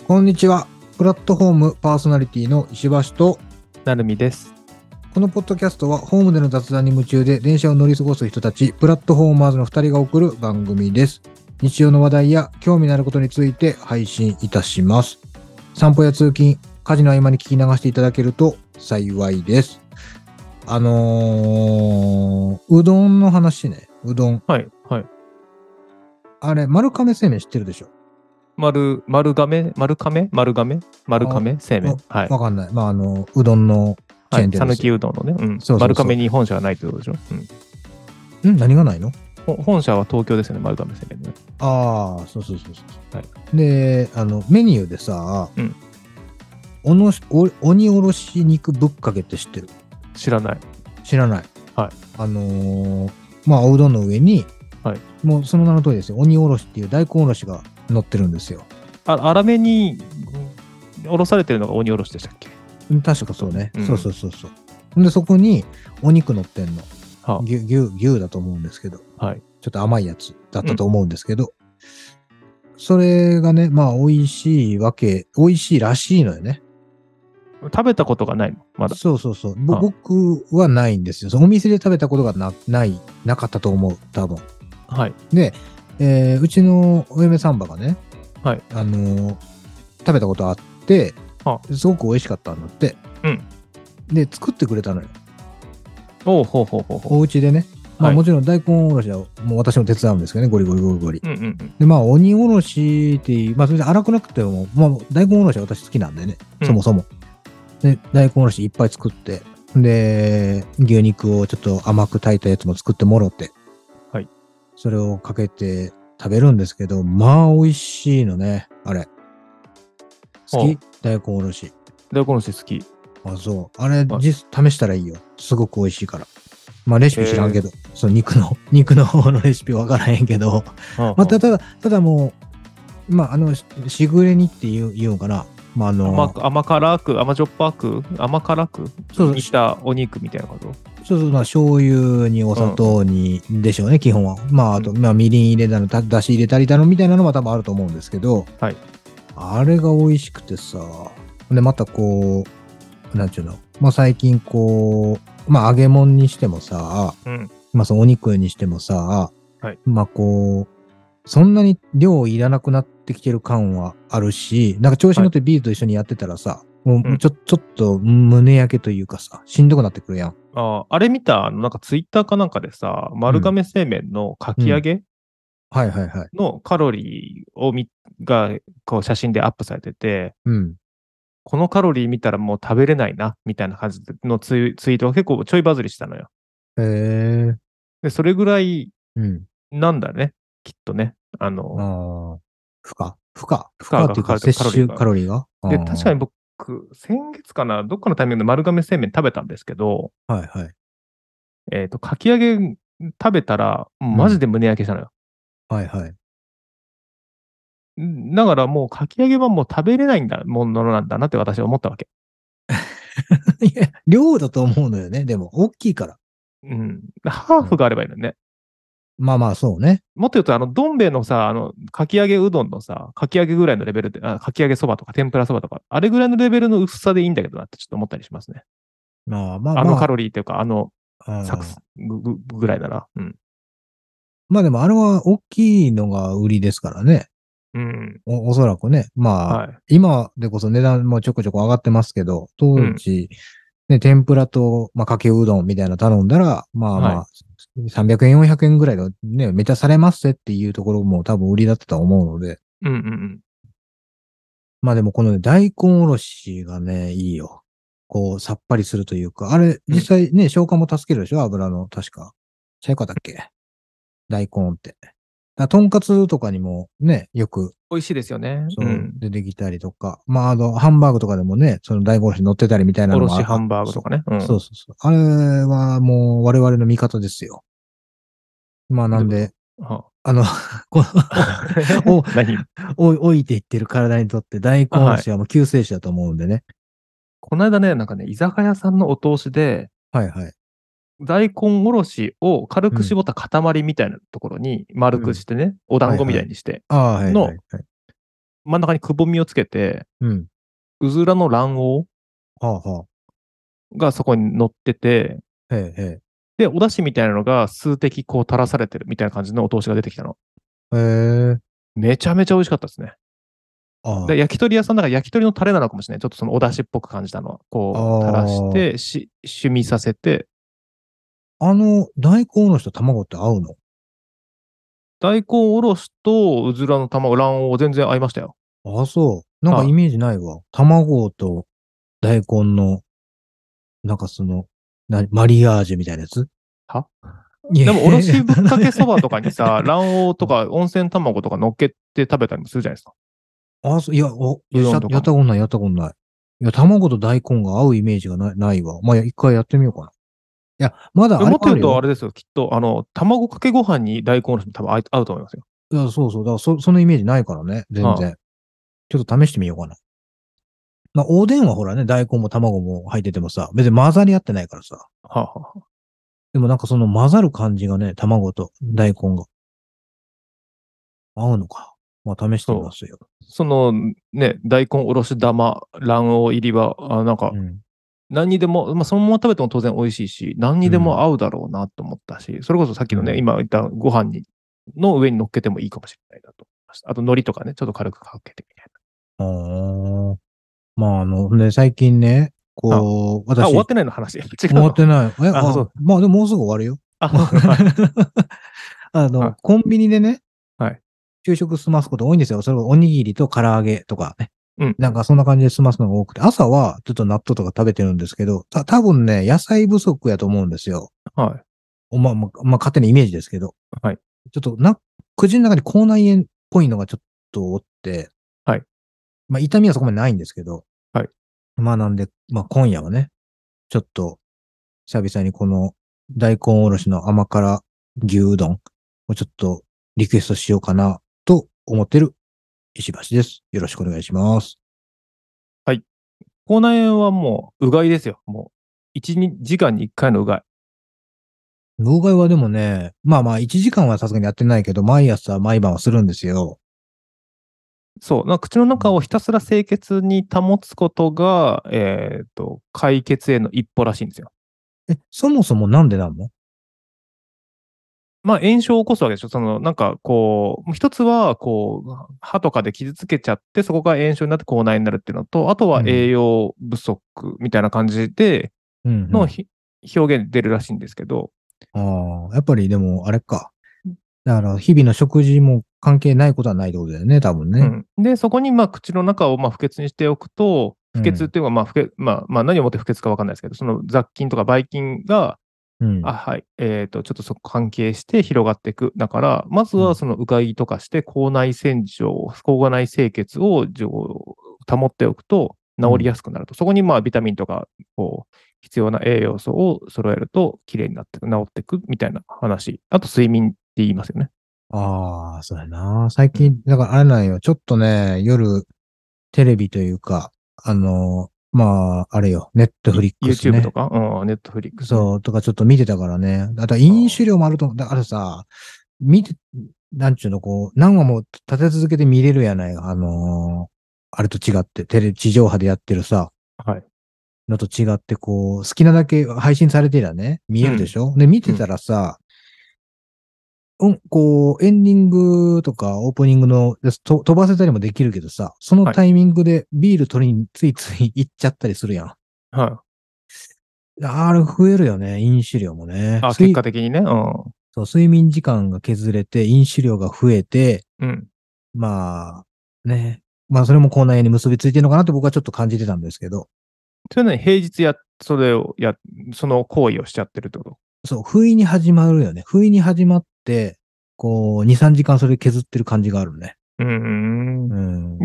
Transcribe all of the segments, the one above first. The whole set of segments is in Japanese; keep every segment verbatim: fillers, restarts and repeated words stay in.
こんにちは。プラットフォームパーソナリティの石橋となるみです。 このポッドキャストはホームでの雑談に夢中で電車を乗り過ごす人たちプラットフォーマーズのふたりが送る番組です。日常の話題や興味のあることについて配信いたします。散歩や通勤、家事の合間に聞き流していただけると幸いです。あのー、うどんの話ね。うどん。 はいはい。 あれ、丸亀製麺知ってるでしょ？ 丸、丸亀丸亀丸亀丸亀製麺。はい。 わかんない。まあ、あの、うどんのチェーン店ですよ。 讃岐うどんのね。うん。 そうそうそう丸亀に本社がないってことでしょ。 うん。ん何がないの？ ほ本社は東京ですよね、丸亀製麺ね。 ああ、そうそうそうそう。 はい。 で、あの、メニューでさ、 うん。 おのしお鬼おろし肉ぶっかけって知ってる？ 知らない。 知らない。 はい。 あのーまあ、おうどんの上に、 はい。 もうその名の通りですよ。鬼おろしっていう大根おろしが乗ってるんですよ。 あ、粗めにおろされてるのが鬼おろしでしたっけ？ うん確かそうね。 うんそうそうそうそう。で、そこにお肉乗ってんの。 は牛、牛、牛だと思うんですけど、 はい。 ちょっと甘いやつだったと思うんですけど、それがね、まあ、美味しいわけ、美味しいらしいのよね。 食べたことがないのまだ。 そうそうそう。ぼはあ僕はないんですよ。そのお店で食べたことがな、ない、なかったと思う、多分。 はい。 で、えーうちのお嫁さんばがね、 はい。 あのー食べたことあって、 はすごく美味しかったんだって。 うん。 で、作ってくれたのよ。 おうほうほうほうほう。 お家でね。まあはいもちろん大根おろしはもう私も手伝うんですけどね、ゴリゴリゴリゴリ。 うんうんうん。 で、まあ鬼おろしっていう、まあそれで粗くなくても、まあ大根おろしは私好きなんでね、 うんそもそも。で、大根おろしいっぱい作って、で、牛肉をちょっと甘く炊いたやつも作ってもろて、 はい。 それをかけて食べるんですけど、まあ美味しいのね、あれ。好き？大根おろし。 大根おろし好き。 あ、そう。あれ、 はい実試したらいいよ。すごく美味しいから。まあレシピ知らんけえど、その肉の、肉の方のレシピわからへんけど、 ー、はあまあ、たはだ、ただもう、まあ、あの、ししぐれ煮って言う、言うのかな。まあ、ああの、 甘甘辛く、甘じょっぱく、甘辛くそう煮たお肉みたいなことそうそう、まあ、醤油にお砂糖に、でしょうね、基本は。まあ、あと、まあ、みりん入れたの、ただし入れたりだのみたいなのも多分あると思うんですけど、 はい。 あれが美味しくてさ、で、またこう、なんちゅうの、まあ、最近こう、まあ、揚げ物にしてもさ、 うん。 まあ、そのお肉にしてもさ、 はいまあ、こう、そんなに量いらなくなってきてる感はあるし、なんか調子乗ってビールと一緒にやってたらさ、もううんちょ、ちょっと胸焼けというかさ、しんどくなってくるやん。 ああれ見た、あの、なんかツイッターかなんかでさ、丸亀製麺のかき揚げはいはいはい。 のカロリーを見、が、こう写真でアップされてて、 うん。 このカロリー見たらもう食べれないな、みたいな感じのツイ、ツイートが結構ちょいバズりしたのよ。 へえ。 で、それぐらいうん。 なんだね、きっとね。あの、 ああ。負荷負荷負負荷荷っていうかがかかるとカロ摂取リーが。 カロリーがで、確かにあ僕、先月かな、どっかのタイミングで丸亀製麺食べたんですけど、 あ。はいはい。 えっと、かき揚げ食べたら、マジうん。 で胸焼けしたのよ。 はいはい。 だからもうかき揚げはもう食べれないんだ、ものなんだなって私は思ったわけ。 いや、量だと思うのよね。でも、大きいから。 うん。ハーフがあればいいのね。 まあまあ、そうね。 もっと言うと、あの、どん兵衛のさ、あの、かき揚げうどんのさ、かき揚げぐらいのレベルで、あかき揚げそばとか天ぷらそばとか、あれぐらいのレベルの薄さでいいんだけどなってちょっと思ったりしますね。 まあまああのカまロリーっていうか、あの、 あ。 サクあぐぐぐらいなら。うん。 まあでも、あれは大きいのが売りですからね。 うん。 お、おそらくね。まあ、 はい。 今でこそ値段もちょこちょこ上がってますけど、 うん。 当時、ね、天ぷらと、まあ、かけうどんみたいなの頼んだら、まあまはい。 あ、さんびゃくえん、よんひゃくえんぐらいでね、満たされますぜっていうところも多分売りだったと思うので、 うんうんうん。 まあでもこのね、大根おろしがね、いいよ。こう、さっぱりするというか、あれ、 うん。 実際ね、消化も助けるでしょ油の、確か。ちゃうかったっけ大根って。だからとんかつとかにもね、よく、 美味しいですよね。うそう、 ん。 出てきたりとか。まあ、あの、ハンバーグとかでもね、その大根おろし乗ってたりみたいなおのもあ、あろしハンバーグそとかね。うう、そうん。 そうそう。あれはもう我々の味方ですよ。まあ、なでも、 んで、 はあの、この、お、 何お、置いていってる体にとって大根あ、はい。 おろしはもう救世主だと思うんでね。 この間ね、なんかね、居酒屋さんのお通しで、 はいはい。 大根おろしを軽うん。 く絞った塊みたいなところに丸うん。 くしてね、お団子みはいはい。 たいにしてああ、はいはの、 いはい。 真ん中にくぼみをつけて、 うん。 うずらの卵はあは黄がそこに乗ってて、 あ。へえへで、お出汁みたいなのが数滴こう垂らされてるみたいな感じのお通しが出てきたの。 え。へえ。 めちゃめちゃ美味しかったですね。で、 あ焼き鳥屋さんだから焼き鳥のタレなのかもしれない。ちょっとそのお出汁っぽく感じたのは。 あ。 こう、垂らしあて、し、染みさせて、 あ。あの、大根おろしと卵って合うの？ 大根おろしとうずらの卵、卵黄全然合いましたよ。 ああ、そう。なんかイはメージないわ。卵と大根の、なんかその、な、マリアージュみたいなやつ。 はいえ。 でも、おろしぶっかけそばとかにさ、卵黄とか温泉卵とか乗っけて食べたりもするじゃないですか。 あ、そう、いや、お、いや、 うしゃどんとかも。 やったことない、やったことない。いや、卵と大根が合うイメージがない、ないわ。まあ、いや一回やってみようかな。いや、まだあれもっと言うもあるよ。 とあれですよ。きっと、あの、卵かけご飯に大根おろしも多分合い合うと思いますよ。 いや、そうそう。だからそ、そのイメージないからね。全は然。ちょっと試してみようかな。まあ、おでんはほらね、大根も卵も入っててもさ、別に混ざり合ってないからさ。 あ、はあ、はあ。 でもなんかその混ざる感じがね、卵と大根が合うのか。まあ、試してみまそすよ。 う。そのね、大根おろし玉、卵黄入りは、あ、なんか、 うん。 何にでも、まあ、そのまま食べても当然美味しいし、何にでうん。 も合うだろうなと思ったし、それこそさっきのね、 うん。 今言ったご飯に、の上に乗っけてもいいかもしれないなと思いました。あと、海苔とかね、ちょっと軽くかけてみたいああ。まあ、あの、ね、最近ね、 な。あ、 こう、 あ、終わっ私、 てないの話。違終うの。 わってない。え、 あ、そあ、 う。 まあでももうすぐ終わるよ。 あ、はい。 あの、 はコンビニでね、 い。はい。 昼食済ますこと多いんですよ。それはおにぎりと唐揚げとかね。 うん。 なんかそんな感じで済ますのが多くて、朝はちょっと納豆とか食べてるんですけど、た、多分ね、野菜不足やと思うんですよ。 はい。 おまあ、まあ、まあ、勝手なイメージですけど。 はい。 ちょっとな、口の中に口内炎っぽいのがちょっとおって、 はい。 まあ、痛みはそこまでないんですけど、 はい。 まあなんで、まあ今夜はね、ちょっと久々にこの大根おろしの甘辛牛うどんをちょっとリクエストしようかなと思ってる石橋です。よろしくお願いします。 はい。口内炎はもう、うがいですよ。もう、一、二時間に一回のうがい。 老害はでもね、まあまあいちじかんはさすがにやってないけど、毎朝毎晩はするんですよ。 そう。なんか口の中をひたすら清潔に保つことが、えっと、解決への一歩らしいんですよ。 え、そもそもなんでなんの？ まあ、炎症を起こすわけでしょ。その、なんか、こう、一つは、こう、歯とかで傷つけちゃって、そこが炎症になって口内炎になるっていうのと、あとは栄うん。 養不足みたいな感じでうん、うのん。 ひ表現出るらしいんですけど、 ああ、やっぱりでもあれか。だから日々の食事も関係ないことはないってことだよね、多分ね。 うん。で、そこに、まあ、口の中を、まあ、不潔にしておくと、不潔っうん。 ていうのは、まあ、不潔、まあ、まあ、何をもって不潔かわかんないですけど、その雑菌とかばい菌が、あ、 うん。 はい。えっと、ちょっとそこ関係して広がっていく。だから、まずうん。 はそのうがいとかして、口内洗浄、口内清潔をじょ保っておくと治りうん。 やすくなると。そこにまあビタミンとか、こう、必要な栄養素を揃えると、綺麗になっていく、治っていくみたいな話。あと、睡眠って言いますよね。 ああ、そうやな。最うん。 近、だからあれなんよ。ちょっとね、夜、テレビというか、あの、まあ、あれよ、ネットフいリックス YouTube とね。 か、うん、Netflix ね。 そう、とかちょっと見てたからね。あとは飲酒量もあると思う。だからさ、見て、なんちゅうの、こう、何話も立て続けて見れるやない。あのーあれと違って、テレ、地上波でやってるさ、 はい。 のと違って、こう、好きなだけ配信されてりゃね、見えるでうん。 しょ？で、見てたうん。 らさ、うん、こう、エンディングとかオープニングのやつと飛ばせたりもできるけどさ、そのはい。 タイミングでビール取りについつい行っちゃったりするやん。 はい。 あれ増えるよね、飲酒量もね。 あ、結睡、 果的にね。うん。 そう、睡眠時間が削れて、飲酒量が増えて、 うん。 まあ、ね。まあ、それも口内炎に結びついてるのかなって僕はちょっと感じてたんですけど、 それなに平日や、それをや、その行為をしちゃってるってこと？ そう、不意に始まるよね。不意に始まって、こう、に、さんじかんそれ削ってる感じがあるね。 うーん。 うん。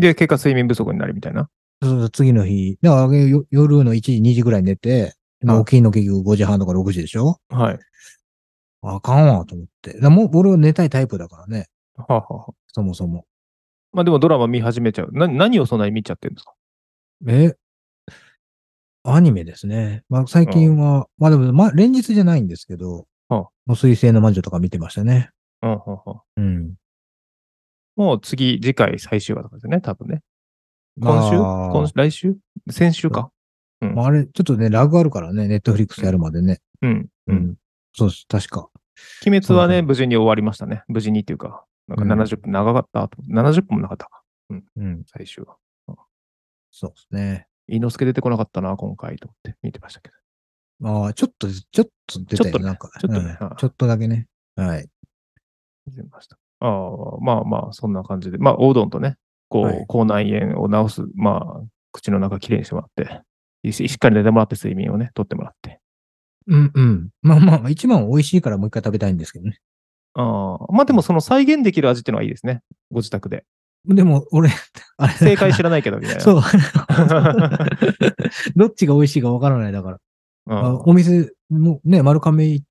で、結果睡眠不足になるみたいな。 そうそう、次の日、だからよ夜のいちじ、にじぐらい寝て、もうは起きんの結局ごじはんとかろくじでしょ？ い。はい。 あかんわと思って。だからもう俺は寝たいタイプだからね。 はあはあはあ。 そもそも。 まあでもドラマ見始めちゃう。な、何をそんなに見ちゃってるんですか？ え、アニメですね。まあ最うん。 近は、まあでも、まあ連日じゃないんですけど、 はもう水星の魔女とか見てましたね。 あ、はあ、はあ。 うん。 もう次、次回最終話とかですね、多分ね。今週まあ、 今週来週先週か。うん。 まあ、あれ、ちょっとね、ラグあるからね、ネットフリックスやるまでね。 うん。うん。 うん。そうです、確か。 鬼滅はね、 そんな感じ。 無事に終わりましたね。無事にっていうか、なんかうん。 ななじゅっぷん長かったと。ななじゅっぷんもなかったか。うん。 うん。 最終話。うんそうですね。 伊之助出てこなかったな、今回と思って見てましたけど。 まあ、ちょっと、ちょっと出たよね、 ちょっとね、 なんか。 ちょっとね、 うん。 あちょっとだけね。はい。 見てました。ああ、まあまあ、そんな感じで。まあ、おうどんとね、 はい。 こう、口内炎を治す、まあ、口の中きれいにしてもらって、ししっかり寝てもらって、睡眠をね、とってもらって。 うんうん。まあまあ、一番は美味しいからもう一回食べたいんですけどね。 ああ、まあでもその再現できる味っていうのはいいですね。ご自宅で。 でも、俺、あれだ正から解知らないけど、みたいな。 そう。どっちが美味しいかわからないだから。ああお店もね、丸亀行って、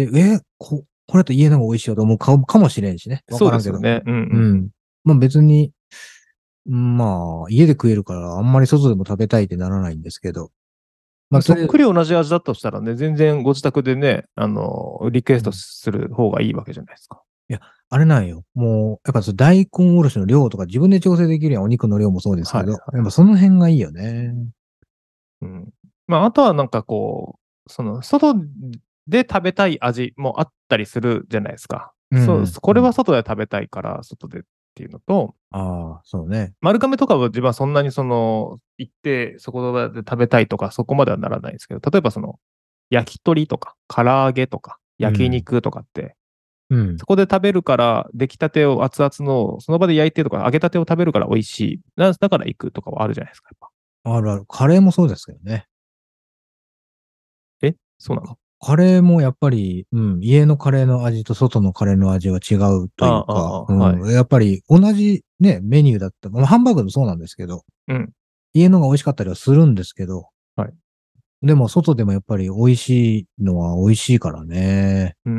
え、こ、これだと家の方が美味しいよと思うかかもしれんしね。わそうからんけど。 ですよね。うんうん。 うん。まあ別に、まあ、家で食えるからあんまり外でも食べたいってならないんですけど。まあ、とそっりあえず、 くり同じ味だったとしたらね、全然ご自宅でね、あの、リクエストうんする方がいいわけじゃないですか。 いや、あれなんよ。もう、やっぱその大根おろしの量とか自分で調整できるやん。お肉の量もそうですはい。 けど。やっぱその辺がいいよね。 うん。まあ、あとはなんかこう、その、外で食べたい味もあったりするじゃないですか。そう、 うん。 これはうん。 外で食べたいから、外でっていうのと、 ああ、そうね。 丸亀とかは自分はそんなにその、行ってそこで食べたいとか、そこまではならないですけど、例えばその、焼き鳥とか、唐揚げとか、焼うん。 肉とかって、 うん。 そこで食べるから、出来たてを熱々の、その場で焼いてとか、揚げたてを食べるから美味しい。だだから行くとかはあるじゃないですか、やっぱ。 あるある。カレーもそうですけどね。 えそうなの？ かカレーもやっぱり、うん、家のカレーの味と外のカレーの味は違うというああ、あか、 あ、はい。 うん、やっぱり同じね、メニューだった。まあ、ハンバーグもそうなんですけど、 うん。 家のが美味しかったりはするんですけど、 はい。 でも外でもやっぱり美味しいのは美味しいからね。 うん。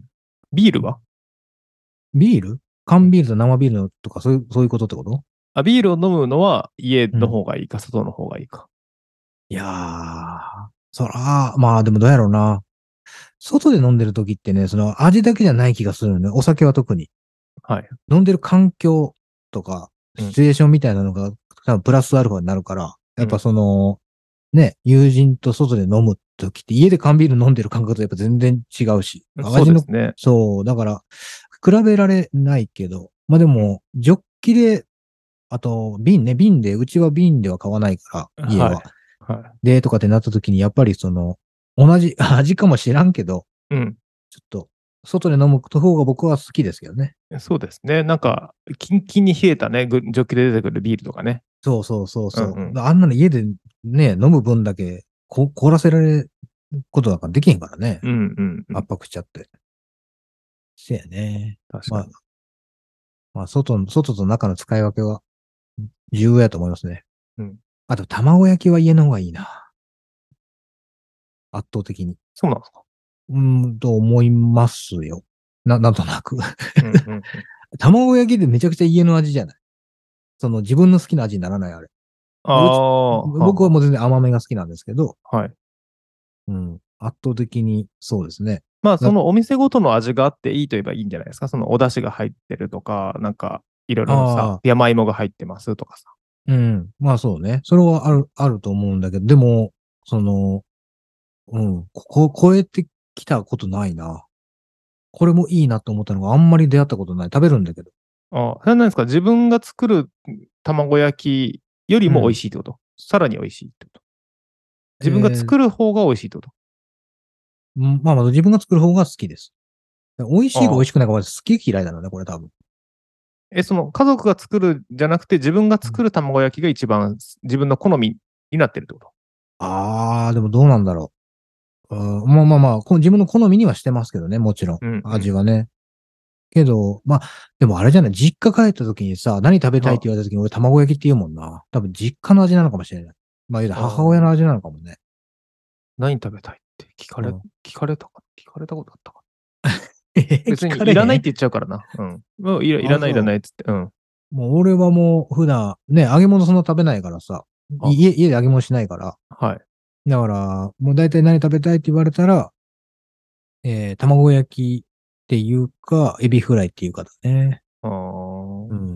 ビールは？ ビール缶うん。 ビールと生ビールのとかそういう、そういうことってこと？ あ、ビールを飲むのは家のうん。 方がいいか、外の方がいいか。 いやー、そら、まあでもどうやろうな。外で飲んでる時ってね、その味だけじゃない気がするよね。お酒は特に。 はい。 飲んでる環境とか、 うん。 シチュエーションみたいなのが、多分プラスアルファになるから、やっぱうん。 その、ね、友人と外で飲む時って、家で缶ビール飲んでる感覚とやっぱ全然違うし、 そう味の、 ですね。 そう、だから、比べられないけど、まあでうん。 も、ジョッキで、あと、瓶ね、瓶で、うちは瓶では買わないから、家は。 はい。はい。 で、とかってなった時に、やっぱりその、同じ味かもしらんけど、 うん。 ちょっと、外で飲む方が僕は好きですけどね。 そうですね。なんか、キンキンに冷えたね、ぐジョッキで出てくるビールとかね。 そうそうそうそう。 うんうん。 あんなの家でね、飲む分だけこ凍らせられることなんかできへんからね。 うんうんうん。 圧迫しちゃって。せやね。まあ、 確かに。 まあ、外の、外と中の使い分けは重要やと思いますね。 うん。 あと、卵焼きは家の方がいいな。圧倒的に。 そうなんですか。 うーん、と思いますよ。な、なんとなく。 うんうんうん。 卵焼きでめちゃくちゃ家の味じゃない。その自分の好きな味にならないあれ。 あうち、 あ、はあは僕はもう全然甘めが好きなんですけど、 あ。はい。 うん、圧倒的にそうですね。 まあ、そだのお店ごとの味があっていいと言えばいいんじゃないですか。そのお出汁が入ってるとか、なんか、いろいろのさ、 ああ、 山芋が入ってますとかさ。 うん。まあそうね。それはある、あると思うんだけど、でも、その、うん、ここ、超えてきたことないな。これもいいなと思ったのがあんまり出会ったことない。食べるんだけど。 あ、それは何ですか？自分が作る卵焼きよりも美味うん。 しいってこと？さらに美味しいってこと？自分がえー作る方が美味しいってこと？ うんまあまあ自分が作る方が好きです。美味しいか美味ああ。 しくないかは好き嫌いだろうね、これ多分。 え、その家族が作るじゃなくて自分がうん作る卵焼きが一番自分の好みになってるってこと？ ああ、でもどうなんだろう。うん、まあまあまあ、この自分の好みにはしてますけどね、もちろん。 うんうん。 味はね。けど、まあ、でもあれじゃない、実家帰った時にさ、何食べたいっては言われた時に俺卵焼きって言うもんな。多分実家の味なのかもしれない。まあ、言うたあ、 らあー母親の味なのかもね。 何食べたいって聞かれ、 うん。 聞かれたか聞かれたことあったか？ 聞別にかれへんいらないって言っちゃうからな。うん。もういらいらあ、 ないいらないそっつって。うん。 う。もう俺はもう普段、ね、揚げ物そんな食べないからさ。 あ、 家、家で揚げ物しないから。 はい。 だから、もう大体何食べたいって言われたら、えー、卵焼きっていうか、エビフライっていうかだね。 あーうん。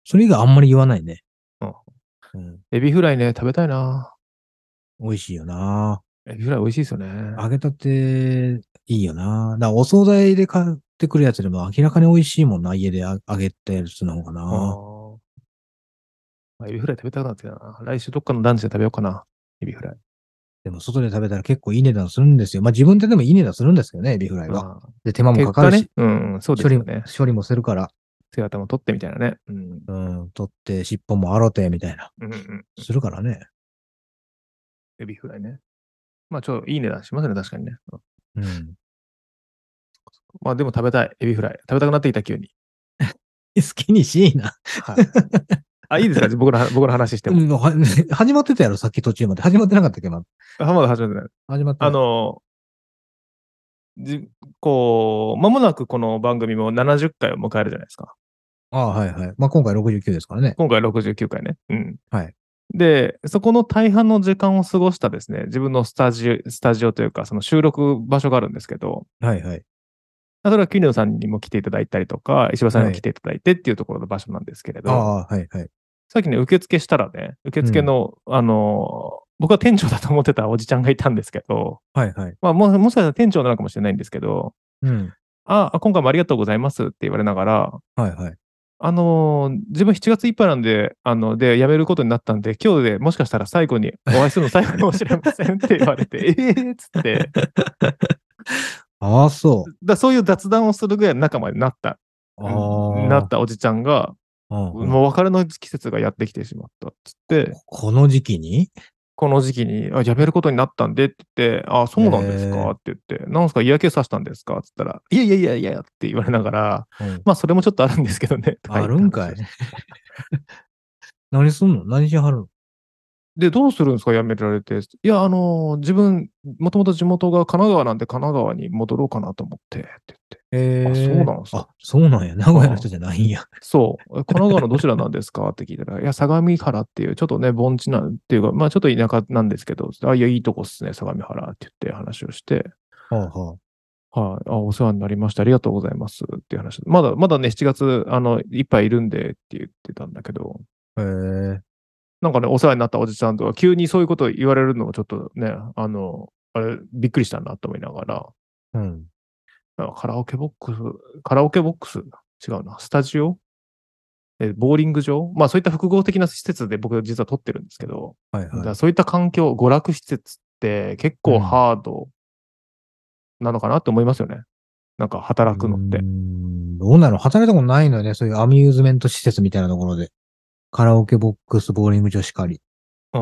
それ以外あんまり言わないね。 うんうん。 エビフライね、食べたいな。 美味しいよな。 エビフライ美味しいですよね。 揚げたて、いいよな。だからお惣菜で買ってくるやつでも明らかに美味しいもんな。家であ揚げたやつの方があな。 ーエビフライ食べたくなってきたな。来週どっかのランチで食べようかな。エビフライ。 でも外で食べたら結構いい値段するんですよ。まあ自分ででもいい値段するんですけどね、エビフライは。 あーで、手間もか結果ね。 かるし、 うん、うんそうで処理、 すよね。 処理もするから、 姿も取ってみたいなね。うん。 うん、取って尻尾も洗ってみたいな。 うんうんうん。 するからね。 エビフライね。まあ、ちょっといい値段しますね、確かにね。うんうん。 まあ、でも食べたい。エビフライ。食べたくなってきた、急に。 好きにしいな。 はい。あ、いいですか僕のは、僕の話しても。 うん、は始まってたやろ、さっき途中まで。始まってなかったっけ、まあまだ始めてない。あ始まってない。 の、じ、こう、間もなくこの番組もななじゅっかいを迎えるじゃないですか。 ああ、はいはい。まあ今回ろくじゅうきゅうですからね。 今回ろくじゅうきゅうかいね。うん。 はい。 で、そこの大半の時間を過ごしたですね、自分のスタジオ、スタジオというか、その収録場所があるんですけど、 はいはい。 それはキヌーさんにも来ていただいたりとか、石破さんにも来はい。 ていただいてっていうところの場所なんですけれど、 ああ、はいはい。 さっきね、受付したらね、受うん。 付の、あの、僕は店長だと思ってたおじちゃんがいたんですけど、 はいはい。 まあ、ももしかしたら店長なのかもしれないんですけど、 うん。 あ、あ今回もありがとうございますって言われながら、 はいはい。 あのー自分しちがついっぱいなんで、あの、で、辞めることになったんで、今日でもしかしたら最後にお会いするの最後かもしれませんって言われて、ええーっつって、 ああ、そだそういう雑談をするぐらいの仲間になった、 う。 なっあたおじちゃんが、 あ、うんうん。 もう別れの季節がやってきてしまったっつって、 この時期にこの時期に、あ、辞めることになったんでって言って、あ、そうなんですかええって言って、なんすか嫌気さしたんですかって言ったら、いやいやいやいやって言われながら、 うん。 まあそれもちょっとあるんですけどね、とか言あってるんかい。 話をして。 何すんの何しはるの？ で、どうするんですか辞められて。いや、あのー自分、もともと地元が神奈川なんで神奈川に戻ろうかなと思って、って言って。あ、そうええなんすか。 あ、そうなんや。名古屋のああ人じゃないんや。 そう。神奈川のどちらなんですかって聞いたら、いや、相模原っていう、ちょっとね、盆地なんっていうか、まあちょっと田舎なんですけど、あ、いや、いいとこっすね、相模原って言って話をして、 はあははい、あ、お世話になりました。ありがとうございますっていう話。まだ、まだね、しちがつ、あの、いっぱいいるんでって言ってたんだけど、 い。ええなんかね、お世話になったおじさんとか、急にそういうことを言われるのもちょっとね、あの、あれ、びっくりしたなと思いながら、 うん。 あカラオケボックス、カラオケボックス違うな、スタジオえボーリング場まあそういった複合的な施設で僕実は撮ってるんですけど、だかはいはい。 らそういった環境、娯楽施設って結構うん。 ハードなのかなって思いますよね。なんかうー働くのって。 ん。どうなの働いたことないのよね。そういうアミューズメント施設みたいなところで。カラオケボックス、ボーリング場しかり。 うん。